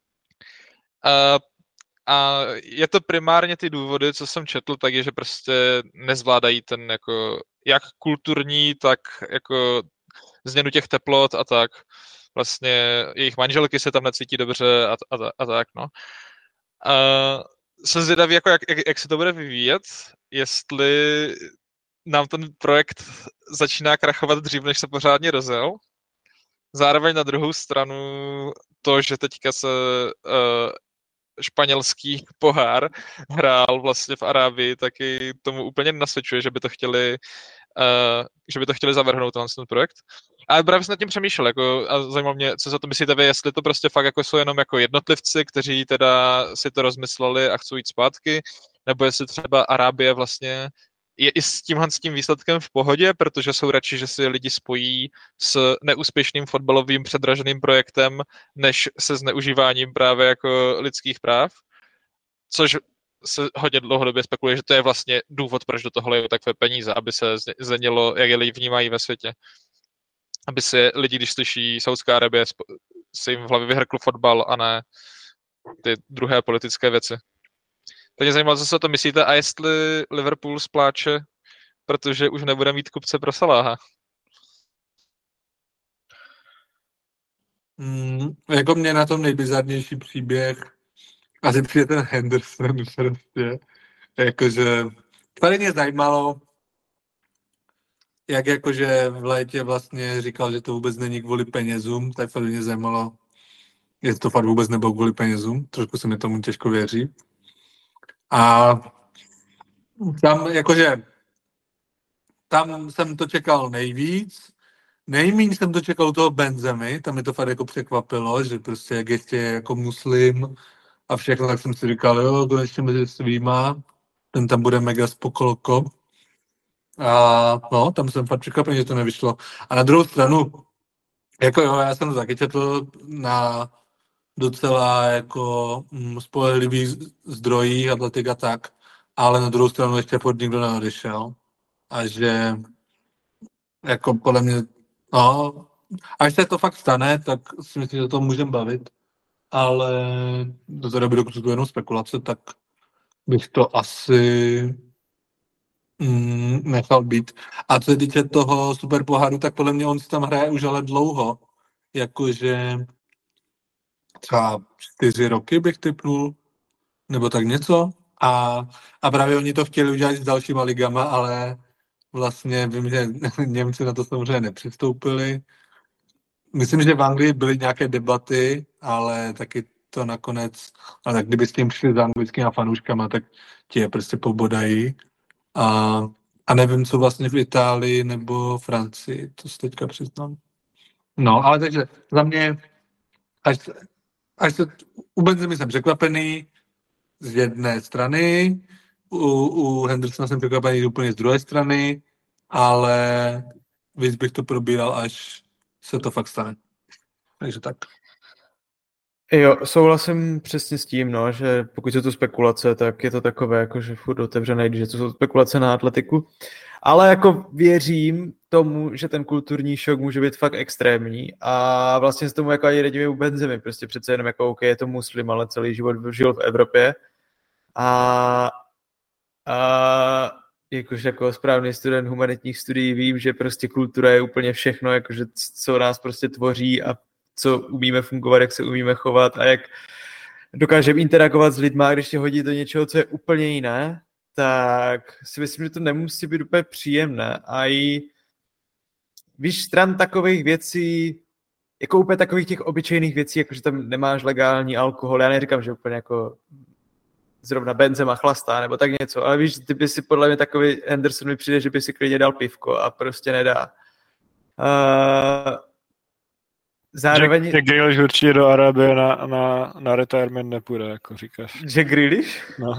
a je to primárně ty důvody, co jsem četl, tak je, že prostě nezvládají ten jako jak kulturní, tak jako změnu těch teplot a tak. Vlastně jejich manželky se tam necítí dobře a, a, a tak, no. Uh, jsem zvědavý, jako jak, jak, jak se to bude vyvíjet, jestli nám ten projekt začíná krachovat dřív, než se pořádně rozjel. Zároveň na druhou stranu to, že teďka se uh, španělský pohár hrál vlastně v Arábii, taky tomu úplně nasvědčuje, že by to chtěli, uh, že by to chtěli zavrhnout ten projekt. A právě jsem nad tím přemýšlel, jako, a zajímalo mě, co za to myslíte vy, jestli to prostě fakt jako jsou jenom jako jednotlivci, kteří teda si to rozmysleli a chcou jít zpátky, nebo jestli třeba Arábie vlastně je i s tímhle s tím výsledkem v pohodě, protože jsou radši, že si lidi spojí s neúspěšným fotbalovým předraženým projektem, než se zneužíváním právě jako lidských práv, což se hodně dlouhodobě spekuluje, že to je vlastně důvod, proč do toho lejou takové peníze, aby se změnilo, jak je lidi vnímají ve světě. Aby si lidi, když slyší Saudská Arabie, si jim v hlavě vyhrkl fotbal a ne ty druhé politické věci. Tak mě zajímalo, co si o to myslíte a jestli Liverpool spláče, protože už nebude mít kupce pro Saláha. Mm, jako mě na tom nejbizarnější příběh asi přijde ten Henderson prostě. Jakože tady mě zajímalo, jak jakože v létě vlastně říkal, že to vůbec není kvůli penězům, tak to mě zajímalo, jestli to fakt vůbec nebylo kvůli penězům, trošku se mi tomu těžko věří. A tam jakože, tam jsem to čekal nejvíc, nejméně jsem to čekal u toho Benzemy, tam mi to fakt jako překvapilo, že prostě jak ještě jako muslim a všechno, tak jsem si říkal, jo, konečně mezi svýma, ten tam bude mega spokolko. A no, tam jsem fakt překvapený, že to nevyšlo. A na druhou stranu, jako jo, já jsem to taky četl na docela jako mm, spolehlivých zdrojích, atletik a tak, ale na druhou stranu ještě pod nikdo neodešel. A že jako podle mě, no, až se to fakt stane, tak si myslím, že to můžeme bavit, ale do té doby, dokud to jenom spekulace, tak bych to asi mm, nechal být. A co se týče toho superpoháru, tak podle mě on si tam hraje už ale dlouho, jakože třeba čtyři roky bych typnul, nebo tak něco. A, a právě oni to chtěli udělat s dalšíma ligama, ale vlastně vím, že Němci na to samozřejmě nepřistoupili. Myslím, že v Anglii byly nějaké debaty, ale taky to nakonec, ale tak kdyby s tím přišli s anglickými fanouškama, tak ti je prostě pobodají. A, a nevím, co vlastně v Itálii nebo Francii, to si teďka přiznám. No, ale takže za mě, až, až se, u Benzemy jsem překvapený z jedné strany, u, u Hendersona jsem překvapený úplně z druhé strany, ale víc bych to probíral, až se to fakt stane. Takže tak. Jo, souhlasím přesně s tím, no, že pokud jsou to spekulace, tak je to takové, jako, že furt otevřené, když to jsou spekulace na atletiku. Ale jako věřím tomu, že ten kulturní šok může být fakt extrémní a vlastně se tomu jako ani nedivím u Benzemy, prostě přece jenom jako OK, je to muslim, ale celý život žil v Evropě a, a jakož jako správný student humanitních studií vím, že prostě kultura je úplně všechno, jakože co nás prostě tvoří a co umíme fungovat, jak se umíme chovat a jak dokážeme interagovat s lidma, když tě hodí do něčeho, co je úplně jiné, tak si myslím, že to nemusí být úplně příjemné. A i víš, stran takových věcí, jako úplně takových těch obyčejných věcí, jako že tam nemáš legální alkohol, já neříkám, že úplně jako zrovna Benzema chlastá, nebo tak něco, ale víš, ty by si podle mě takový Henderson mi přijde, že by si klidně dal pivko a prostě nedá. Uh, Zároveň... Jack, Jack Grealish určitě do Arábie na, na, na retirement nepůjde, jako říkáš. Jack Grealish? No.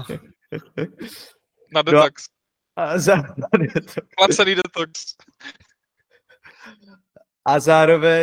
Na detox. A, za... Placený detox. A zároveň...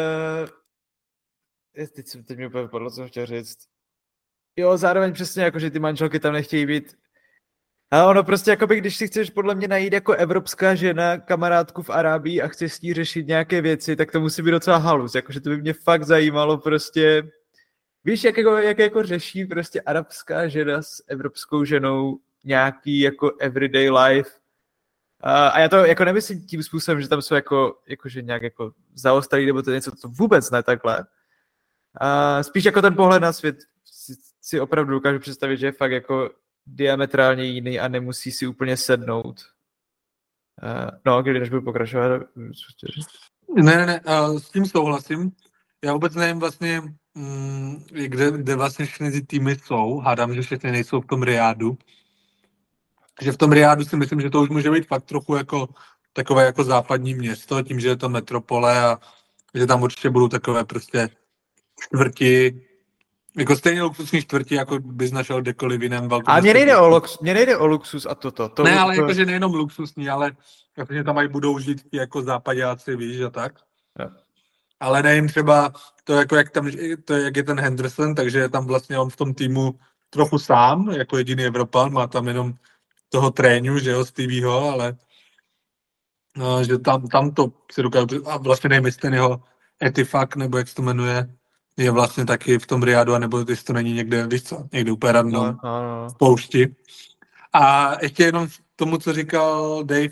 Teď, jsem, teď mi úplně vypadlo, co jsem chtěl říct. Jo, zároveň přesně jako, že ty manželky tam nechtějí být. A ono prostě, jakoby, když si chceš podle mě najít jako evropská žena kamarádku v Arábii a chceš s ní řešit nějaké věci, tak to musí být docela halus. Jakože to by mě fakt zajímalo prostě... Víš, jak jako, jak jako řeší prostě arabská žena s evropskou ženou nějaký jako everyday life. A, a já to jako nemyslím tím způsobem, že tam jsou jako, jakože nějak jako zaostalí, nebo to něco, to vůbec ne takhle. A spíš jako ten pohled na svět si, si opravdu dokážu představit, že je fakt jako diametrálně jiný a nemusí si úplně sednout. Uh, no, když budu pokračovat. Ne, ne, ne, uh, s tím souhlasím. Já vůbec nevím vlastně, mm, kde, kde vlastně všechny ty týmy jsou. Hádám, že všechny nejsou v tom Riádu. Že v tom Riádu si myslím, že to už může být fakt trochu jako takové jako západní město, tím, že je to metropole a že tam určitě budou takové prostě čtvrti, jako stejně luxusní čtvrti, jako bys našel kdekoliv v jiném velkém. A mě nejde, o lux, mě nejde o luxus a toto. To, ne, ale to... jakože nejenom luxusní, ale jakože tam mají budou žít jako západáci, víš, a tak. Ja. Ale nevím třeba to, jako jak, tam, to, jak je ten Henderson, takže je tam vlastně on v tom týmu trochu sám, jako jediný Evropan, má tam jenom toho trénu, že jo, Stevieho, ale no, že tam, tam to si dokážu, a vlastně nevím, jestli ten jeho Etifak, nebo jak se to jmenuje, je vlastně taky v tom Riádu, anebo jestli to není někde, víš co, někde úplně radnou no, no, no. v poušti. A ještě jenom tomu, co říkal Dave,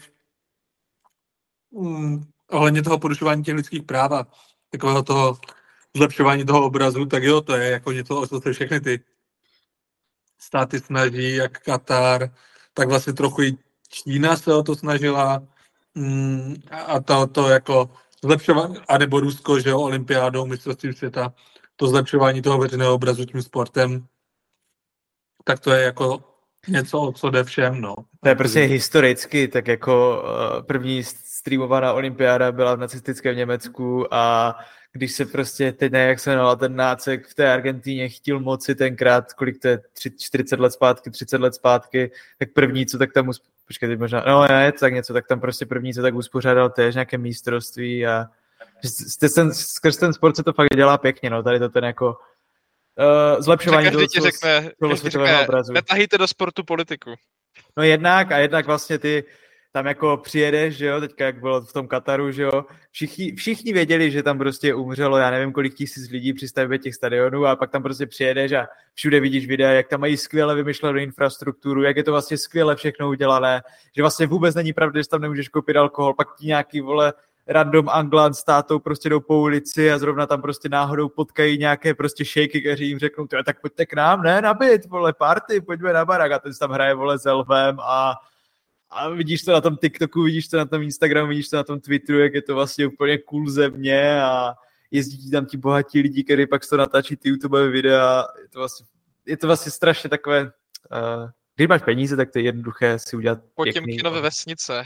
um, ohledně toho porušování těch lidských práv a takového toho zlepšování toho obrazu, tak jo, to je jako něco, o co se všechny ty státy snaží, jak Katar, tak vlastně trochu i Čína se o to snažila um, a to, to jako zlepšování, anebo Rusko, že jo, olympiádou, mistrovstvím světa, to zlepšování toho veřejného obrazu tím sportem, tak to je jako něco, co jde všem, no. To je prostě historicky, tak jako uh, první streamovaná olympiáda byla v nacistickém Německu a když se prostě, teď ne, jak se jmenoval ten nácek v té Argentíně chtěl moci tenkrát, kolik to je, čtyřicet let zpátky, třicet let zpátky, tak první, co tak tam, usp... počkej, teď možná, no ne, tak něco, tak tam prostě první, co tak uspořádal též nějaké mistrovství a ten, skrz ten sport se to fakt dělá pěkně, no, tady to ten jako uh, zlepšování toho celosvětového obrazu. Netahejte do sportu politiku. No jednak a jednak vlastně ty tam jako přijedeš, že jo, teďka jak bylo v tom Kataru, že jo, všichni, všichni věděli, že tam prostě umřelo, já nevím, kolik tisíc lidí při stavbě těch stadionů a pak tam prostě přijedeš a všude vidíš videa, jak tam mají skvěle vymyšlenou infrastrukturu, jak je to vlastně skvěle všechno udělané, že vlastně vůbec není pravda, že tam nemůžeš koupit alkohol, pak ti nějaký, vole, random Anglan s tátou prostě jdou po ulici a zrovna tam prostě náhodou potkají nějaké prostě šejky, kteří jim řeknou, tak pojďte k nám, ne, nabit, vole, party, pojďme na barák a ten tam hraje, vole, s elfem a A vidíš to na tom TikToku, vidíš to na tom Instagramu, vidíš to na tom Twitteru, jak je to vlastně úplně cool země a jezdí tam ti bohatí lidi, kteří pak to natáčí ty YouTube videa. Je to vlastně, je to vlastně strašně takové, uh, když máš peníze, tak to je jednoduché si udělat pěkný. Potěmkinové vesnice.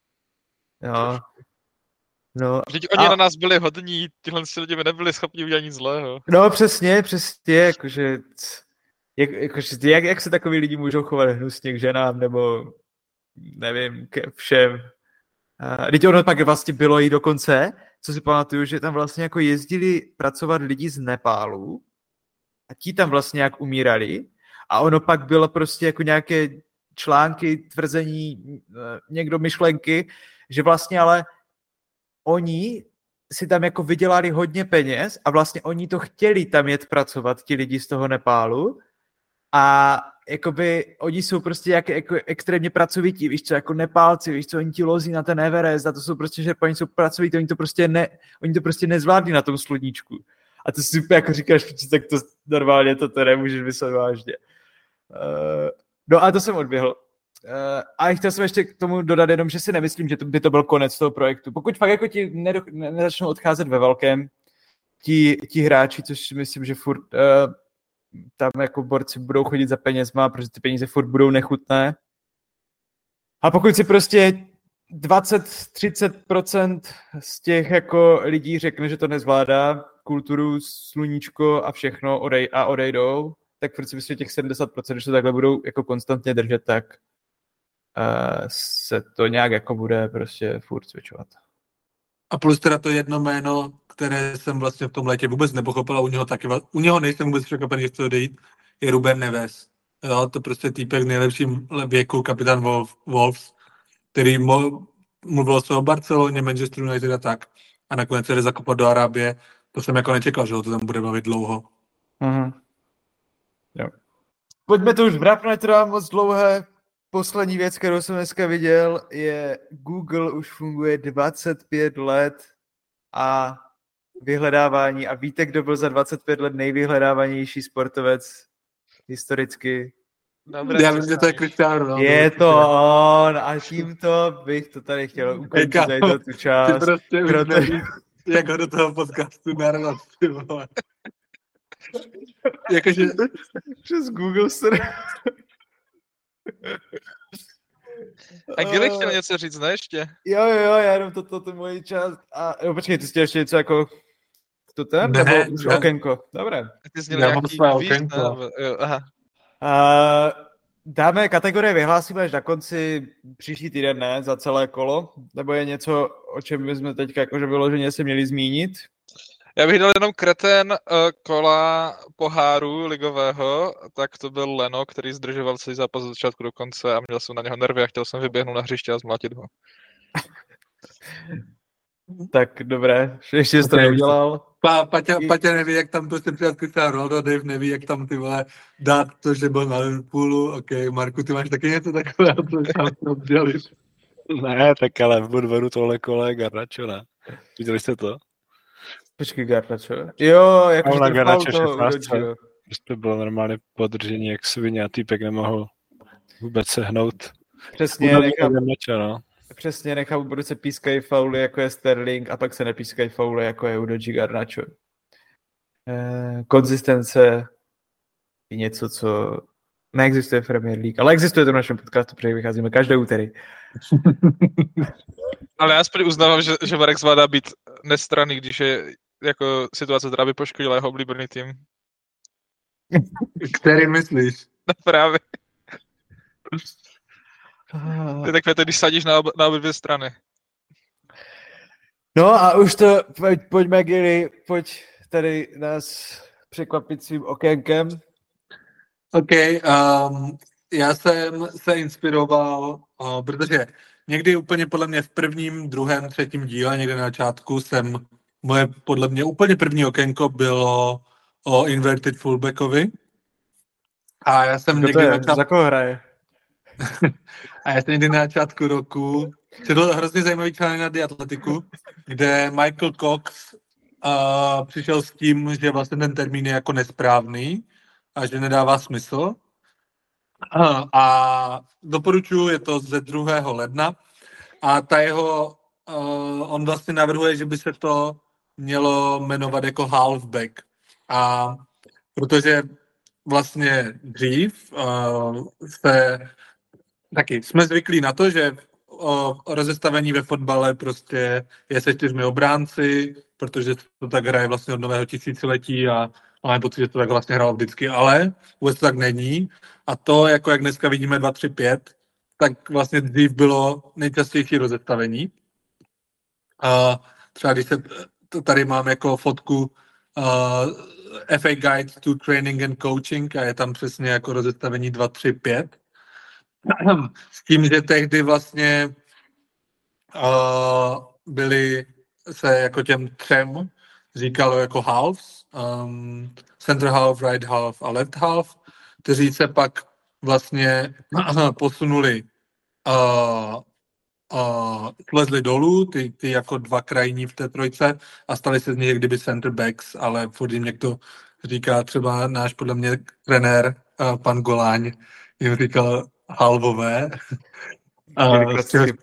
Jo. No, Vždyť oni a... na nás byli hodní, tyhle lidi by nebyli schopni udělat nic zlého. No přesně, přesně, jakože, jak, jakože, jak, jak se takový lidi můžou chovat hnusně k ženám, nebo nevím, ke všem. A teď ono pak vlastně bylo i dokonce, co si pamatuju, že tam vlastně jako jezdili pracovat lidi z Nepálu a ti tam vlastně jak umírali a ono pak bylo prostě jako nějaké články, tvrzení, někdo myšlenky, že vlastně ale oni si tam jako vydělali hodně peněz a vlastně oni to chtěli tam jet pracovat, ti lidi z toho Nepálu a jakoby oni jsou prostě jak, jako extrémně pracovití, víš co, jako Nepálci, víš co, oni ti lozí na ten Everest a to jsou prostě, že oni jsou pracovití, oni to prostě ne, oni to prostě nezvládli na tom sluníčku. A to si úplně jako říkáš, tak to normálně to, to nemůžeš myslet vážně. Uh, no a to jsem odběhl. Uh, a chtěl jsem ještě k tomu dodat jenom, že si nemyslím, že to by to byl konec toho projektu. Pokud fakt jako ti nedo, ne, nezačnou odcházet ve velkém ti, ti hráči, což myslím, že furt uh, tam jako borci budou chodit za penězma, protože ty peníze furt budou nechutné. A pokud si prostě dvacet až třicet procent z těch jako lidí řekne, že to nezvládá, kulturu, sluníčko a všechno odej, a odejdou, tak furt si myslím, že těch sedmdesát procent, když to takhle budou jako konstantně držet, tak uh, se to nějak jako bude prostě furt cvičovat. A plus teda to jedno jméno, které jsem vlastně v tom létě vůbec nepochopil a u něho taky, u něho nejsem vůbec překvapený, že chce odejít, je Ruben Neves. Jo, to prostě týpek v nejlepším věku, kapitán Wolf, Wolves, který mo, mluvil se o Barceloně, Manchester United a tak. A nakonec se jde zakopat do Arábie. To jsem jako nečekal, že ho to tam bude bavit dlouho. Mhm. Jo. Pojďme to už vrát, netrvá moc dlouhé. Poslední věc, kterou jsem dneska viděl, je Google už funguje dvacet pět let a vyhledávání. A víte, kdo byl za dvacet pět let nejvyhledávanější sportovec historicky? Dobre, já vím, že to je Cristiano Ronaldo. Je to on a tímto bych to tady chtěl ukončit tady tu část. Ty prostě už proto... nevíš, jak ho do toho podcastu narvat, ty vole. Jakože... Přes Google se... A Gilek chtěl něco říct, ne ještě? Jo, jo, jo, já jenom toto, to moje část. A jo, počkej, ty jsi chtěl ještě něco jako to ten? Ne, nebo už ne. okénko? Dobré. Ty jsi měl Já mám nějaký své víc, okénko. ne? Jo, aha. Uh, dáme kategorie, vyhlásíme až na konci příští týden, ne? Za celé kolo? Nebo je něco, o čem bychom teďka jakože vyloženě se měli zmínit? Já bych dal jenom kretén uh, kola poháru ligového, tak to byl Leno, který zdržoval celý zápas od začátku do konce a měl jsem na něho nervy a chtěl jsem vyběhnout na hřiště a zmlátit ho. Tak dobré, ještě jsi to Ok. neudělal. Pa, Paťa, Paťa neví, jak tam prostě přidat Cristiano Ronaldo, Dave neví, jak tam ty vole dát to, že byl na Liverpoolu. Ok, Marku, ty máš taky něco takového, co tam oddělit. Ne, tak ale v Budvaru tohle kole Garnacho, ne? Viděli jste to? Počkej, Garnacho. Jo, jakože Paula ten Garnacho faul toho šestnáct, Udočího. Prostě bylo normálně podržení, jak svině a týpek nemohl vůbec sehnout. Přesně, Udočí nechám, Garnacho, no. přesně nechám, budu se pískají fauly, jako je Sterling, a pak se nepískají fauly, jako je Udočí Garnacho. Eh, konzistence je něco, co Neexistuje Premier League, ale existuje to v našem podcastu, protože vycházíme každé úterý. Ale já aspoň uznávám, že, že Marek zvládá být nestranný, když je jako situace, která by poškodila jeho oblíbený tým. Který myslíš? No právě. To je takové to, když sadíš na, ob, na obě dvě strany. No a už to, pojď, pojďme, Giri, pojď tady nás překvapit svým okénkem. OK, um, já jsem se inspiroval, uh, protože někdy úplně podle mě v prvním, druhém, třetím díle, někde na začátku jsem, moje podle mě úplně první okénko bylo o inverted fullbackovi. A já jsem Kdo někdy to je? na začátku... Za koho hraje? A já jsem někdy na začátku roku četl hrozně zajímavý článek na The Athleticu, kde Michael Cox uh, přišel s tím, že vlastně ten termín je jako nesprávný a že nedává smysl. Uh, a doporučuji, je to ze druhého ledna. A ta jeho, uh, on vlastně navrhuje, že by se to mělo jmenovat jako halfback. A protože vlastně dřív uh, se taky jsme zvyklí na to, že o, o rozestavení ve fotbale prostě je se čtyřmi obránci, protože to tak hraje vlastně od nového tisíciletí a máme pocit, že to tak vlastně hrálo vždycky, ale vůbec to tak není. A to, jako jak dneska vidíme dva tři pět, tak vlastně dřív bylo nejčastější rozestavení. A třeba když se tady mám jako fotku uh, F A Guide to Training and Coaching a je tam přesně jako rozestavení dva tři pět. S tím, že tehdy vlastně uh, byli se jako těm třem říkalo jako halves, um, center half, right half a left half, kteří se pak vlastně posunuli uh, uh, slezli dolů, ty, ty jako dva krajní v té trojce a stali se z nich kdyby center backs, ale furt jim někdo říká, třeba náš podle mě trenér, uh, pan Goláň, jim říkal halvové, uh, z, čehož,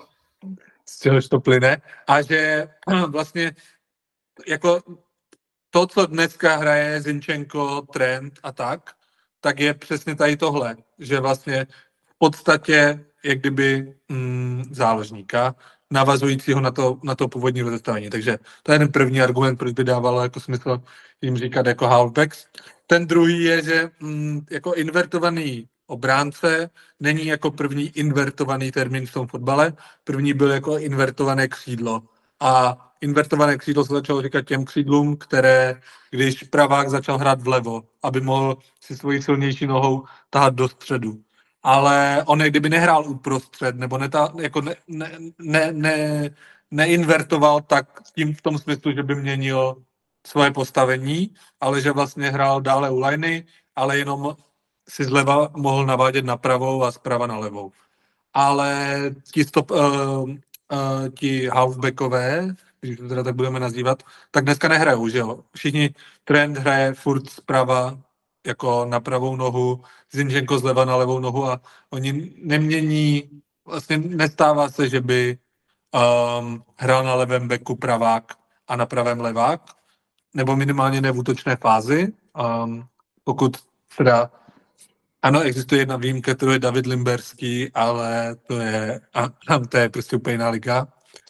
z čehož to plyne. A že vlastně jako to, co dneska hraje Zinchenko, Trent a tak, tak je přesně tady tohle, že vlastně v podstatě je kdyby mm, záložníka, navazujícího na to, na to původní rozestavení. Takže to je ten první argument, proč by dávalo jako smysl jim říkat jako halfbacks. Ten druhý je, že mm, jako invertovaný obránce není jako první invertovaný termín v tom fotbale, první byl jako invertované křídlo. A invertované křídlo se začalo říkat těm křídlům, které, když pravák začal hrát vlevo, aby mohl si svojí silnější nohou tahat do středu. Ale on kdyby nehrál uprostřed, nebo neta, jako ne, ne, ne, ne, neinvertoval tak tím v tom smyslu, že by měnil svoje postavení, ale že vlastně hrál dále u liney, ale jenom si zleva mohl navádět na pravou a zprava na levou. Ale ti, stop, uh, uh, ti halfbackové, když to teda tak budeme nazývat, tak dneska nehrajou, že jo? Všichni Trent hraje furt zprava jako na pravou nohu, Zinchenko zleva na levou nohu a oni nemění, vlastně nestává se, že by um, hrál na levém beku pravák a na pravém levák, nebo minimálně ne v útočné fázi. Um, pokud teda, ano, existuje jedna výjimka, to je David Limberský, ale to je, a, to je prostě úplně jiná liga.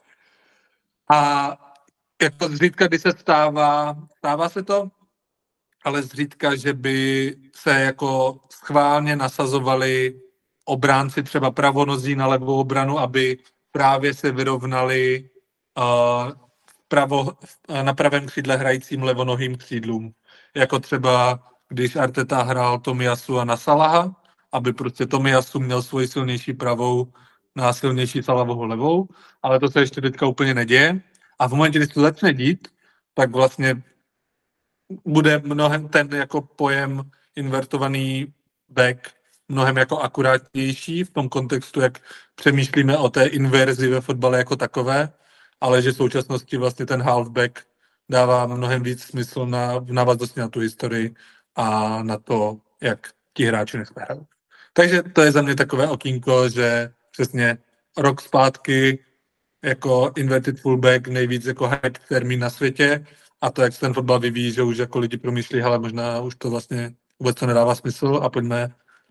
A jako zřídka, kdy se stává, stává se to, ale zřídka, že by se jako schválně nasazovali obránci třeba pravonozí na levou obranu, aby právě se vyrovnali uh, pravo, na pravém křídle hrajícím levonohým křídlům. Jako třeba, když Arteta hrál Tomiyasu a na Salaha, aby prostě Tomiyasu měl svoji silnější pravou na silnější Salahovu levou, ale to se ještě teďka úplně neděje. A v momentě, kdy se to začne dít, tak vlastně bude mnohem ten jako pojem invertovaný back mnohem jako akurátnější v tom kontextu, jak přemýšlíme o té inverzi ve fotbale jako takové, ale že v současnosti vlastně ten halfback dává mnohem víc smysl na, v návaznosti na tu historii a na to, jak ti hráči dneska hrajou. Takže to je za mě takové okýnko, že přesně rok zpátky jako inverted fullback nejvíc jako hype termín na světě a to, jak se ten fotbal vyvíjí, že už jako lidi promýšlí, hele, možná už to vlastně vůbec to nedává smysl a pojďme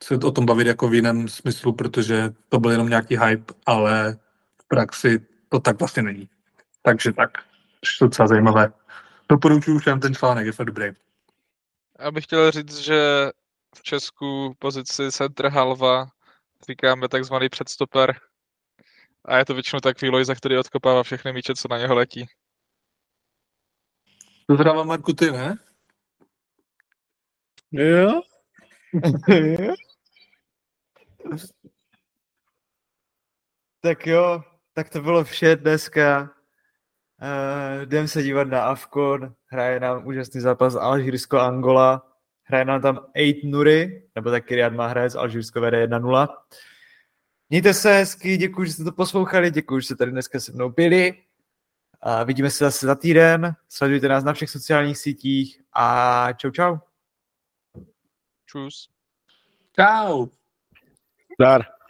se o tom bavit jako v jiném smyslu, protože to byl jenom nějaký hype, ale v praxi to tak vlastně není. Takže tak, to je docela zajímavé. Doporučuji všem ten článek, je to dobrý. Já bych chtěl říct, že v Česku pozici center halva říkáme takzvaný předstoper a je to většinou takový Lojza, který odkopává všechny míče, co na něho letí. To zhrává Marku ty, ne? Jo? Tak jo, tak to bylo vše dneska. Uh, jdem se dívat na AFCON, hraje nám úžasný zápas Alžírsko-Angola, hraje nám tam Ait Nuri, nebo taky Riyad Mahrez, Alžírsko vede jedna nula. Mějte se hezky, děkuji, že jste to poslouchali, děkuji, že jste tady dneska se mnou byli. A vidíme se zase za týden, sledujte nás na všech sociálních sítích a čau čau. Čus. Čau. Dar.